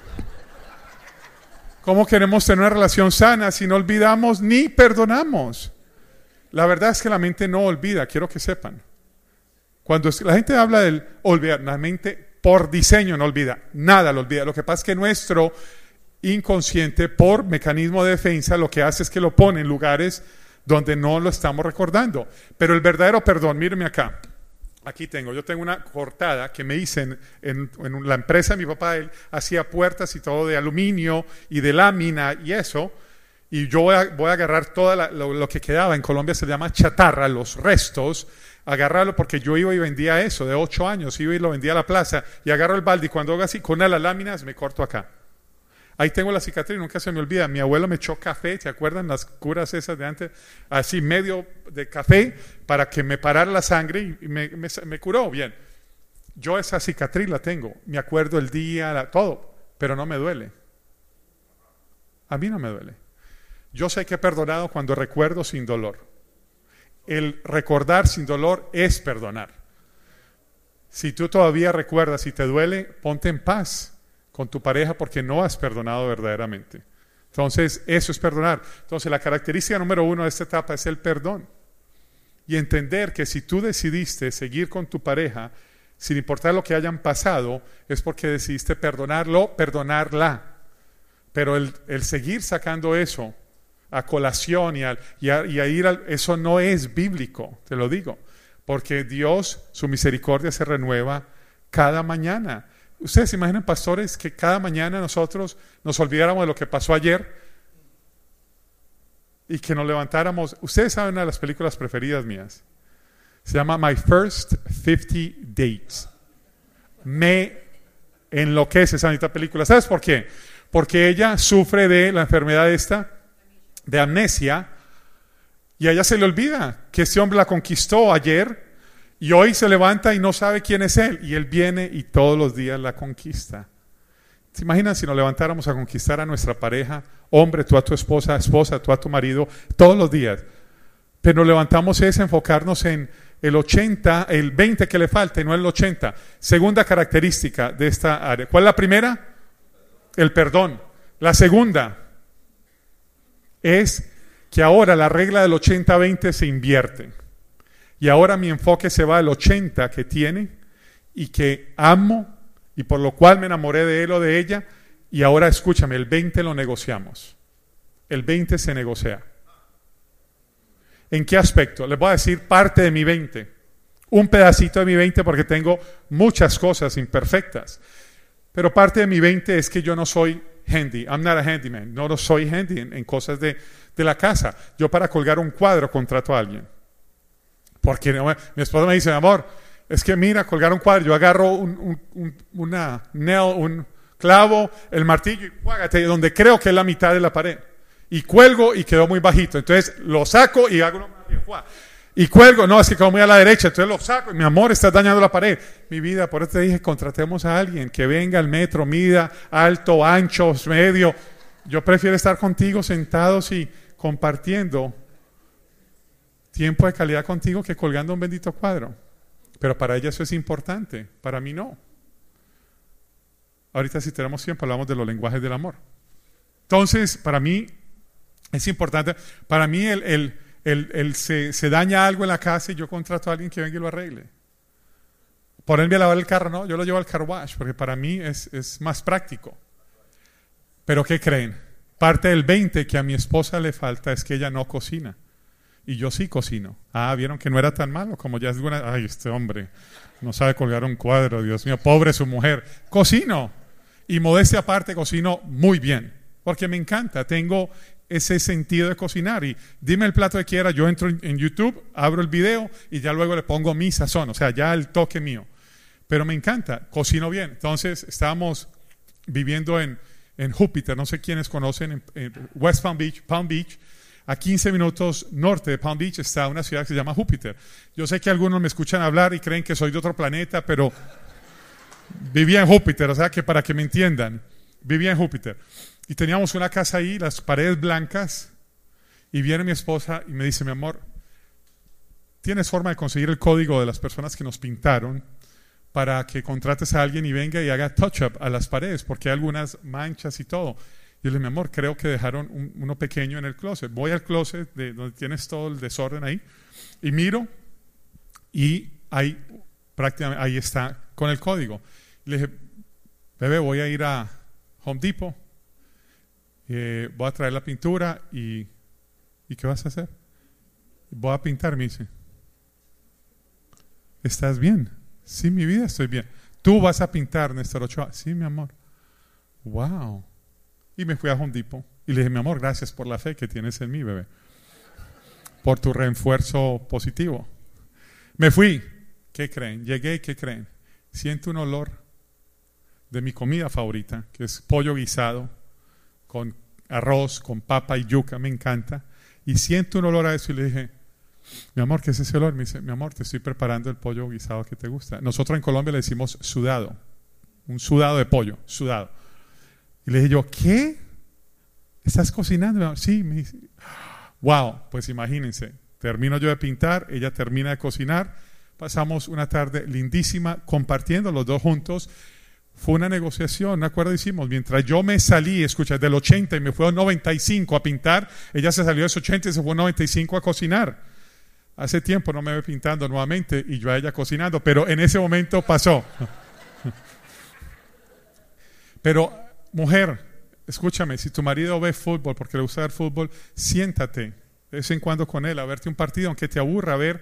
¿Cómo queremos tener una relación sana si no olvidamos ni perdonamos? La verdad es que la mente no olvida, quiero que sepan. Cuando la gente habla del olvidar, la mente por diseño no olvida, nada lo olvida. Lo que pasa es que nuestro inconsciente, por mecanismo de defensa, lo que hace es que lo pone en lugares donde no lo estamos recordando. Pero el verdadero perdón, mírenme acá. Aquí tengo, yo tengo una cortada que me hice en, en, en la empresa de mi papá. Él hacía puertas y todo de aluminio y de lámina y eso. Y yo voy a, voy a agarrar todo lo, lo que quedaba. En Colombia se llama chatarra, los restos. Agarrarlo porque yo iba y vendía eso de ocho años. Iba y lo vendía a la plaza. Y agarro el balde y cuando hago así con una de las láminas me corto acá. Ahí tengo la cicatriz, nunca se me olvida. Mi abuelo me echó café, ¿se acuerdan las curas esas de antes? Así medio de café para que me parara la sangre y me, me, me curó bien. Yo esa cicatriz la tengo, me acuerdo el día, la, todo, pero no me duele. A mí no me duele. Yo sé que he perdonado cuando recuerdo sin dolor. El recordar sin dolor es perdonar. Si tú todavía recuerdas y te duele, ponte en paz con tu pareja porque no has perdonado verdaderamente. Entonces, eso es perdonar. Entonces, la característica número uno de esta etapa es el perdón. Y entender que si tú decidiste seguir con tu pareja, sin importar lo que hayan pasado, es porque decidiste perdonarlo, perdonarla. Pero el, el seguir sacando eso a colación y, al, y, a, y a ir al, eso no es bíblico, te lo digo. Porque Dios, su misericordia se renueva cada mañana. Ustedes se imaginan, pastores, que cada mañana nosotros nos olvidáramos de lo que pasó ayer y que nos levantáramos. Ustedes saben una de las películas preferidas mías. Se llama My First fifty Dates. Me enloquece esa bonita película. ¿Sabes por qué? Porque ella sufre de la enfermedad esta, de amnesia, y a ella se le olvida que ese hombre la conquistó ayer y hoy se levanta y no sabe quién es él. Y él viene y todos los días la conquista. ¿Se imaginan si nos levantáramos a conquistar a nuestra pareja? Hombre, tú a tu esposa, esposa, tú a tu marido, todos los días. Pero nos levantamos es enfocarnos en el ochenta, el veinte que le falta y no el ochenta. Segunda característica de esta área. ¿Cuál es la primera? El perdón. La segunda es que ahora la regla del ochenta veinte se invierte. Y ahora mi enfoque se va al ochenta que tiene y que amo y por lo cual me enamoré de él o de ella. Y ahora escúchame, el veinte lo negociamos. El veinte se negocia. ¿En qué aspecto? Les voy a decir parte de mi veinte. Un pedacito de mi veinte porque tengo muchas cosas imperfectas. Pero parte de mi veinte es que yo no soy handy. I'm not a handyman. No soy handy en, en cosas de, de la casa. Yo para colgar un cuadro contrato a alguien. Porque no, mi esposa me dice, amor, es que mira, colgar un cuadro. Yo agarro un, un, un, una nail, un clavo, el martillo y cuágate donde creo que es la mitad de la pared. Y cuelgo y quedó muy bajito. Entonces lo saco y hago una más. Y cuelgo, no, es que quedó muy a la derecha. Entonces lo saco y mi amor, estás dañando la pared. Mi vida, por eso te dije, contratemos a alguien que venga al metro, mida, alto, ancho, medio. Yo prefiero estar contigo sentados y compartiendo tiempo de calidad contigo que colgando un bendito cuadro. Pero para ella eso es importante, para mí no. Ahorita si tenemos tiempo hablamos de los lenguajes del amor. Entonces, para mí es importante, para mí el, el, el, el se, se daña algo en la casa y yo contrato a alguien que venga y lo arregle. Ponerme a lavar el carro, no, yo lo llevo al car wash porque para mí es, es más práctico. Pero ¿qué creen? Parte del veinte que a mi esposa le falta es que ella no cocina. Y yo sí cocino. Ah, vieron que no era tan malo como ya es una... Ay, este hombre no sabe colgar un cuadro, Dios mío, pobre su mujer. Cocino. Y modestia aparte, cocino muy bien. Porque me encanta, tengo ese sentido de cocinar. Y dime el plato que quiera, yo entro en YouTube, abro el video y ya luego le pongo mi sazón. O sea, ya el toque mío. Pero me encanta, cocino bien. Entonces, estábamos viviendo en, en Júpiter. No sé quiénes conocen, en, en West Palm Beach, Palm Beach. A quince minutos norte de Palm Beach está una ciudad que se llama Júpiter. Yo sé que algunos me escuchan hablar y creen que soy de otro planeta, pero vivía en Júpiter, o sea que para que me entiendan, vivía en Júpiter. Y teníamos una casa ahí, las paredes blancas, y viene mi esposa y me dice, mi amor, ¿tienes forma de conseguir el código de las personas que nos pintaron para que contrates a alguien y venga y haga touch-up a las paredes? Porque hay algunas manchas y todo. Yo le dije, mi amor, creo que dejaron un, uno pequeño en el closet. Voy al closet de donde tienes todo el desorden ahí y miro y ahí prácticamente ahí está con el código. Le dije, bebé, voy a ir a Home Depot, eh, voy a traer la pintura y ¿y qué vas a hacer? Voy a pintar, me dice. ¿Estás bien? Sí, mi vida, estoy bien. ¿Tú vas a pintar, Néstor Ochoa? Sí, mi amor. Wow. Y me fui a Home Depot y le dije, mi amor, gracias por la fe que tienes en mí, bebé. Por tu refuerzo positivo. Me fui. ¿Qué creen? Llegué y ¿qué creen? Siento un olor de mi comida favorita, que es pollo guisado, con arroz, con papa y yuca, me encanta. Y siento un olor a eso y le dije, Mi amor, ¿qué es ese olor? Me dice, mi amor, te estoy preparando el pollo guisado que te gusta. Nosotros en Colombia le decimos sudado, un sudado de pollo, sudado. Y le dije yo, ¿qué? ¿Estás cocinando? Mi amor? Sí, me dice, wow, pues imagínense, termino yo de pintar, ella termina de cocinar, pasamos una tarde lindísima compartiendo los dos juntos. Fue una negociación, ¿no acuerdo? Hicimos, mientras yo me salí, escucha, del ochenta y me fue a noventa y cinco a pintar, ella se salió de ese ochenta y se fue a noventa y cinco a cocinar. Hace tiempo no me ve pintando nuevamente y yo a ella cocinando, pero en ese momento pasó. Pero, mujer, escúchame, si tu marido ve fútbol porque le gusta ver fútbol, siéntate de vez en cuando con él a verte un partido, aunque te aburra ver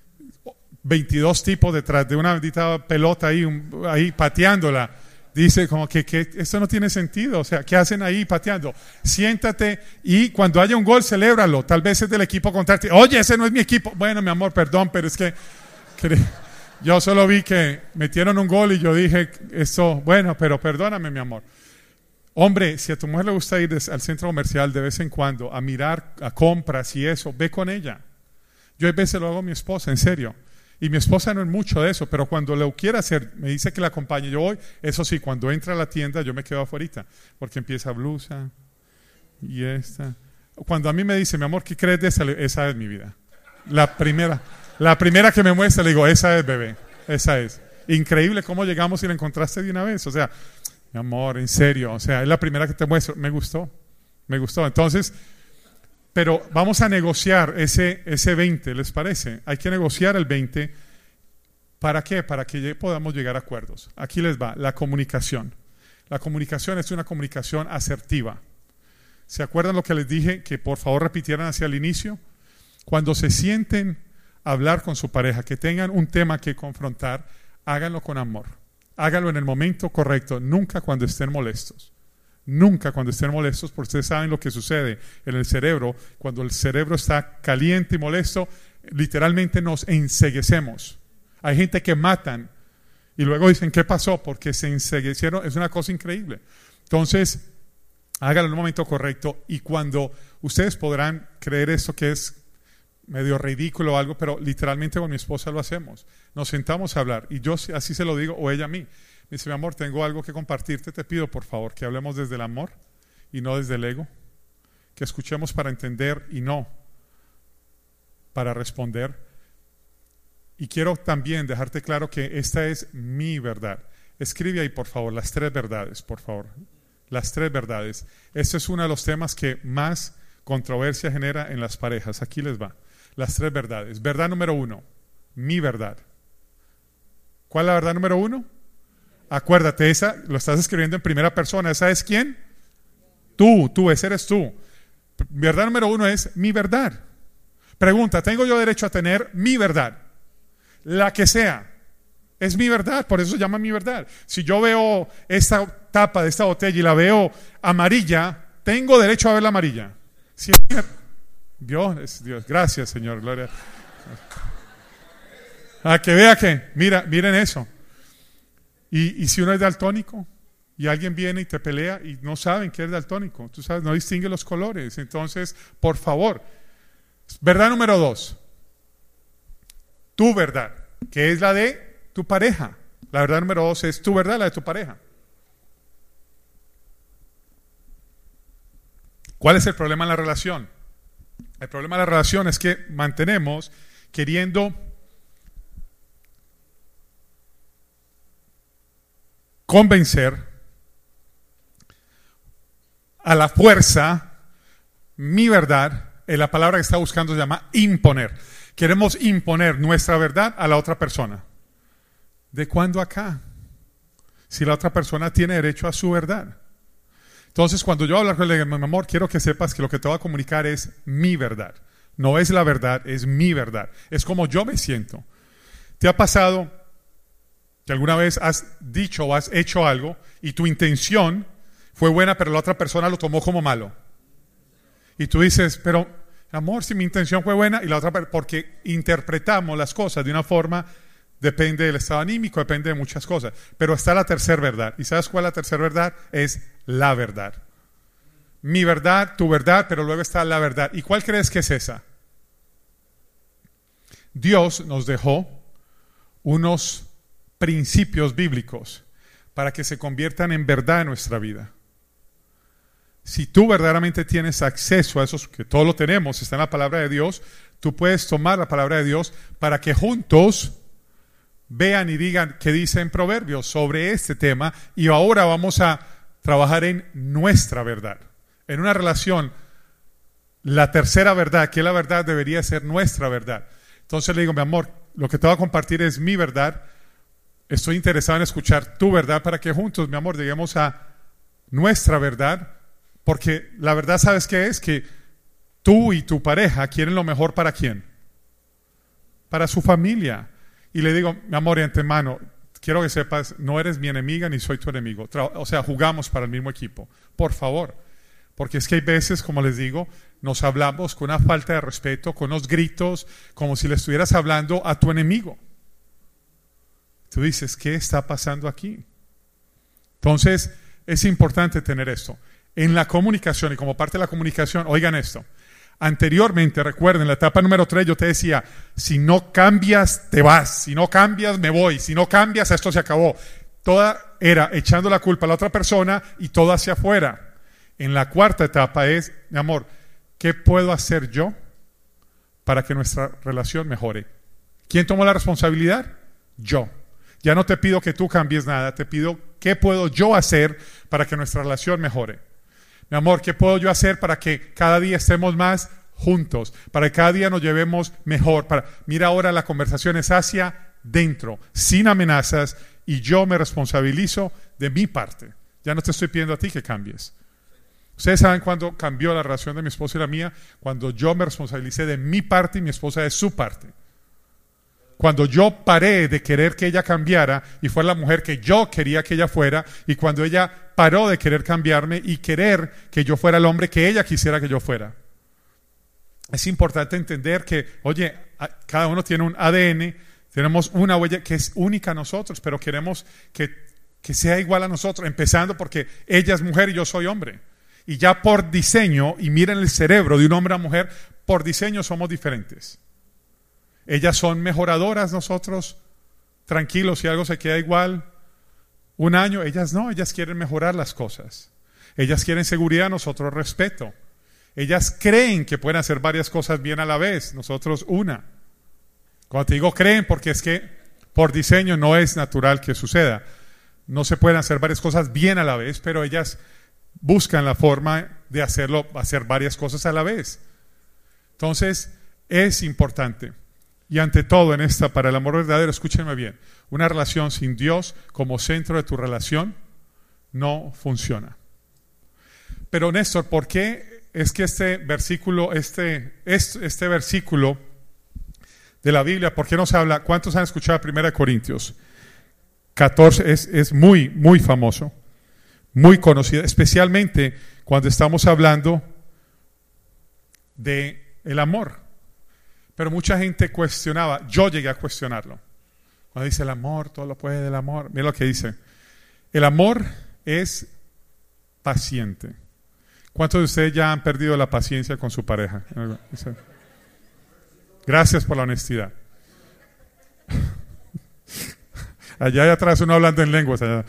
veintidós tipos detrás de una bendita pelota ahí, un, ahí pateándola. Dice como que, que esto no tiene sentido, o sea, ¿qué hacen ahí pateando? Siéntate y cuando haya un gol, celébralo. Tal vez es del equipo contrario. Oye, ese no es mi equipo. Bueno, mi amor, perdón, pero es que, que yo solo vi que metieron un gol y yo dije, esto, bueno, pero perdóname, mi amor. Hombre, si a tu mujer le gusta ir al centro comercial de vez en cuando a mirar a compras y eso, ve con ella. Yo a veces lo hago a mi esposa, en serio. Y mi esposa no es mucho de eso, pero cuando lo quiere hacer, me dice que la acompañe. Yo voy, eso sí, cuando entra a la tienda, yo me quedo afuera, porque empieza blusa y esta. Cuando a mí me dice, mi amor, ¿qué crees de esa? Esa es mi vida. La primera, la primera que me muestra, le digo, esa es, bebé, esa es. Increíble cómo llegamos y la encontraste de una vez. O sea, mi amor, en serio, o sea, es la primera que te muestro. Me gustó, me gustó. Entonces, pero vamos a negociar ese, ese veinte, ¿les parece? Hay que negociar el veinte. ¿Para qué? Para que podamos llegar a acuerdos. Aquí les va, la comunicación. La comunicación es una comunicación asertiva. ¿Se acuerdan lo que les dije? Que por favor repitieran hacia el inicio. Cuando se sienten a hablar con su pareja, que tengan un tema que confrontar, háganlo con amor. Háganlo en el momento correcto, nunca cuando estén molestos. Nunca cuando estén molestos, porque ustedes saben lo que sucede en el cerebro. Cuando el cerebro está caliente y molesto, literalmente nos enceguecemos. Hay gente que matan y luego dicen, ¿qué pasó? Porque se enceguecieron. Es una cosa increíble. Entonces, háganlo en el momento correcto y cuando ustedes podrán creer esto que es medio ridículo o algo, pero literalmente con mi esposa lo hacemos. Nos sentamos a hablar y yo así se lo digo, o ella a mí. Me dice, mi amor, tengo algo que compartirte, te pido por favor que hablemos desde el amor y no desde el ego, que escuchemos para entender y no para responder. Y quiero también dejarte claro que esta es mi verdad. Escribe ahí por favor las tres verdades, por favor, las tres verdades. Este es uno de los temas que más controversia genera en las parejas. Aquí les va, las tres verdades. Verdad número uno, mi verdad. ¿Cuál es la verdad número uno? Acuérdate, esa lo estás escribiendo en primera persona. ¿Esa es quién? Tú, tú, ese eres tú. Verdad número uno es mi verdad. Pregunta, ¿tengo yo derecho a tener mi verdad? La que sea. Es mi verdad, por eso se llama mi verdad. Si yo veo esta tapa de esta botella y la veo amarilla, tengo derecho a verla amarilla. Si Dios, Dios, gracias Señor, gloria. A que vea que, mira, miren eso. Y, y si uno es daltónico y alguien viene y te pelea y no saben que eres daltónico, tú sabes, no distingue los colores. Entonces, por favor, verdad número dos, tu verdad, que es la de tu pareja. La verdad número dos es tu verdad, la de tu pareja. ¿Cuál es el problema en la relación? El problema en la relación es que mantenemos queriendo convencer a la fuerza mi verdad. En la palabra que está buscando se llama imponer. Queremos imponer nuestra verdad a la otra persona. ¿De cuándo acá? Si la otra persona tiene derecho a su verdad. Entonces, cuando yo hablo con él, mi amor, quiero que sepas que lo que te voy a comunicar es mi verdad. No es la verdad, es mi verdad. Es como yo me siento. ¿Te ha pasado que alguna vez has dicho o has hecho algo y tu intención fue buena, pero la otra persona lo tomó como malo? Y tú dices, pero amor, si mi intención fue buena, y la otra, porque interpretamos las cosas de una forma, depende del estado anímico, depende de muchas cosas. Pero está la tercera verdad. ¿Y sabes cuál es la tercera verdad? Es la verdad. Mi verdad, tu verdad, pero luego está la verdad. ¿Y cuál crees que es esa? Dios nos dejó unos principios bíblicos para que se conviertan en verdad en nuestra vida. Si tú verdaderamente tienes acceso a esos, que todos lo tenemos, está en la palabra de Dios, tú puedes tomar la palabra de Dios para que juntos vean y digan qué dice en Proverbios sobre este tema, y ahora vamos a trabajar en nuestra verdad. En una relación, la tercera verdad, que es la verdad, debería ser nuestra verdad. Entonces le digo, mi amor, lo que te voy a compartir es mi verdad. Estoy interesado en escuchar tu verdad para que juntos, mi amor, lleguemos a nuestra verdad, porque la verdad, ¿sabes qué es? Que tú y tu pareja quieren lo mejor para quién, para su familia. Y le digo, mi amor, de antemano, quiero que sepas, no eres mi enemiga ni soy tu enemigo. Tra- o sea, jugamos para el mismo equipo, por favor. Porque es que hay veces, como les digo, nos hablamos con una falta de respeto, con unos gritos, como si le estuvieras hablando a tu enemigo. Tú dices, ¿qué está pasando aquí? Entonces, es importante tener esto. En la comunicación, y como parte de la comunicación, oigan esto. Anteriormente, recuerden, en la etapa número tres yo te decía, si no cambias, te vas. Si no cambias, me voy. Si no cambias, esto se acabó. Toda era echando la culpa a la otra persona y todo hacia afuera. En la cuarta etapa es, mi amor, ¿qué puedo hacer yo para que nuestra relación mejore? ¿Quién tomó la responsabilidad? Yo. Ya no te pido que tú cambies nada, te pido qué puedo yo hacer para que nuestra relación mejore. Mi amor, ¿qué puedo yo hacer para que cada día estemos más juntos? Para que cada día nos llevemos mejor. Para... Mira, ahora la conversación es hacia dentro, sin amenazas, y yo me responsabilizo de mi parte. Ya no te estoy pidiendo a ti que cambies. Ustedes saben cuándo cambió la relación de mi esposa y la mía, cuando yo me responsabilicé de mi parte y mi esposa de su parte. Cuando yo paré de querer que ella cambiara y fue la mujer que yo quería que ella fuera, y cuando ella paró de querer cambiarme y querer que yo fuera el hombre que ella quisiera que yo fuera. Es importante entender que, oye, cada uno tiene un A D N, tenemos una huella que es única a nosotros, pero queremos que, que sea igual a nosotros, empezando porque ella es mujer y yo soy hombre. Y ya por diseño, y miren el cerebro de un hombre a mujer, por diseño somos diferentes. Ellas son mejoradoras, nosotros tranquilos, si algo se queda igual un año, ellas no, ellas quieren mejorar las cosas. Ellas quieren seguridad, nosotros respeto. Ellas creen que pueden hacer varias cosas bien a la vez, nosotros una. Cuando te digo creen, porque es que por diseño no es natural que suceda. No se pueden hacer varias cosas bien a la vez, pero ellas buscan la forma de hacerlo, hacer varias cosas a la vez. Entonces, es importante. Y ante todo en esta, para el amor verdadero, escúchenme bien, una relación sin Dios como centro de tu relación no funciona. Pero Néstor, ¿por qué es que este versículo, este, este, este versículo de la Biblia, ¿por qué nos habla? ¿Cuántos han escuchado primera de Corintios? catorce, es, es muy, muy famoso, muy conocido, especialmente cuando estamos hablando de el amor. Pero mucha gente cuestionaba, yo llegué a cuestionarlo. Cuando dice el amor, todo lo puede del amor. Mira lo que dice. El amor es paciente. ¿Cuántos de ustedes ya han perdido la paciencia con su pareja? Gracias por la honestidad. Allá hay atrás uno hablando en lenguas. Allá.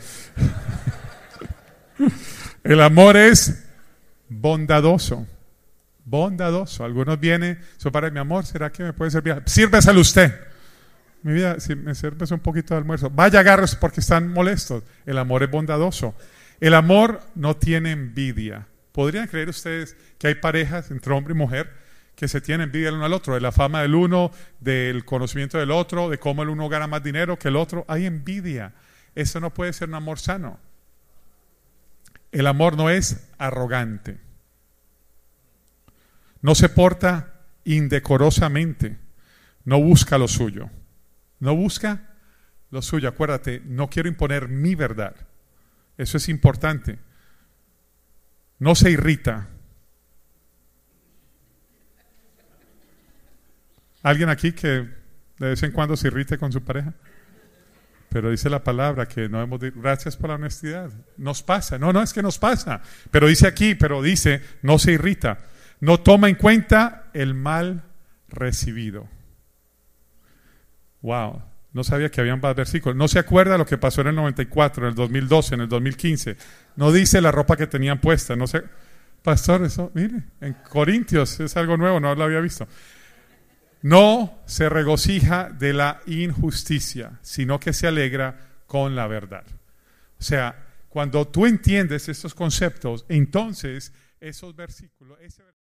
El amor es bondadoso. Bondadoso. Algunos vienen, su padre, mi amor, ¿será que me puede servir? Sírveselo usted. Mi vida, si me sirves un poquito de almuerzo. Vaya, agarros porque están molestos. El amor es bondadoso. El amor no tiene envidia. ¿Podrían creer ustedes que hay parejas entre hombre y mujer que se tienen envidia el uno al otro? De la fama del uno, del conocimiento del otro, de cómo el uno gana más dinero que el otro. Hay envidia. Eso no puede ser un amor sano. El amor no es arrogante. No se porta indecorosamente, no busca lo suyo, no busca lo suyo. Acuérdate, no quiero imponer mi verdad, eso es importante. No se irrita. ¿Alguien aquí que de vez en cuando se irrite con su pareja? Pero dice la palabra que no hemos de... Gracias por la honestidad. Nos pasa, no, no es que nos pasa, pero dice aquí, pero dice, no se irrita. No toma en cuenta el mal recibido. Wow, no sabía que habían más versículos. No se acuerda lo que pasó en el noventa y cuatro, en el dos mil doce, en el dos mil quince. No dice la ropa que tenían puesta. No sé. Pastor, eso, mire, en Corintios es algo nuevo, no lo había visto. No se regocija de la injusticia, sino que se alegra con la verdad. O sea, cuando tú entiendes estos conceptos, entonces esos versículos, ese versículo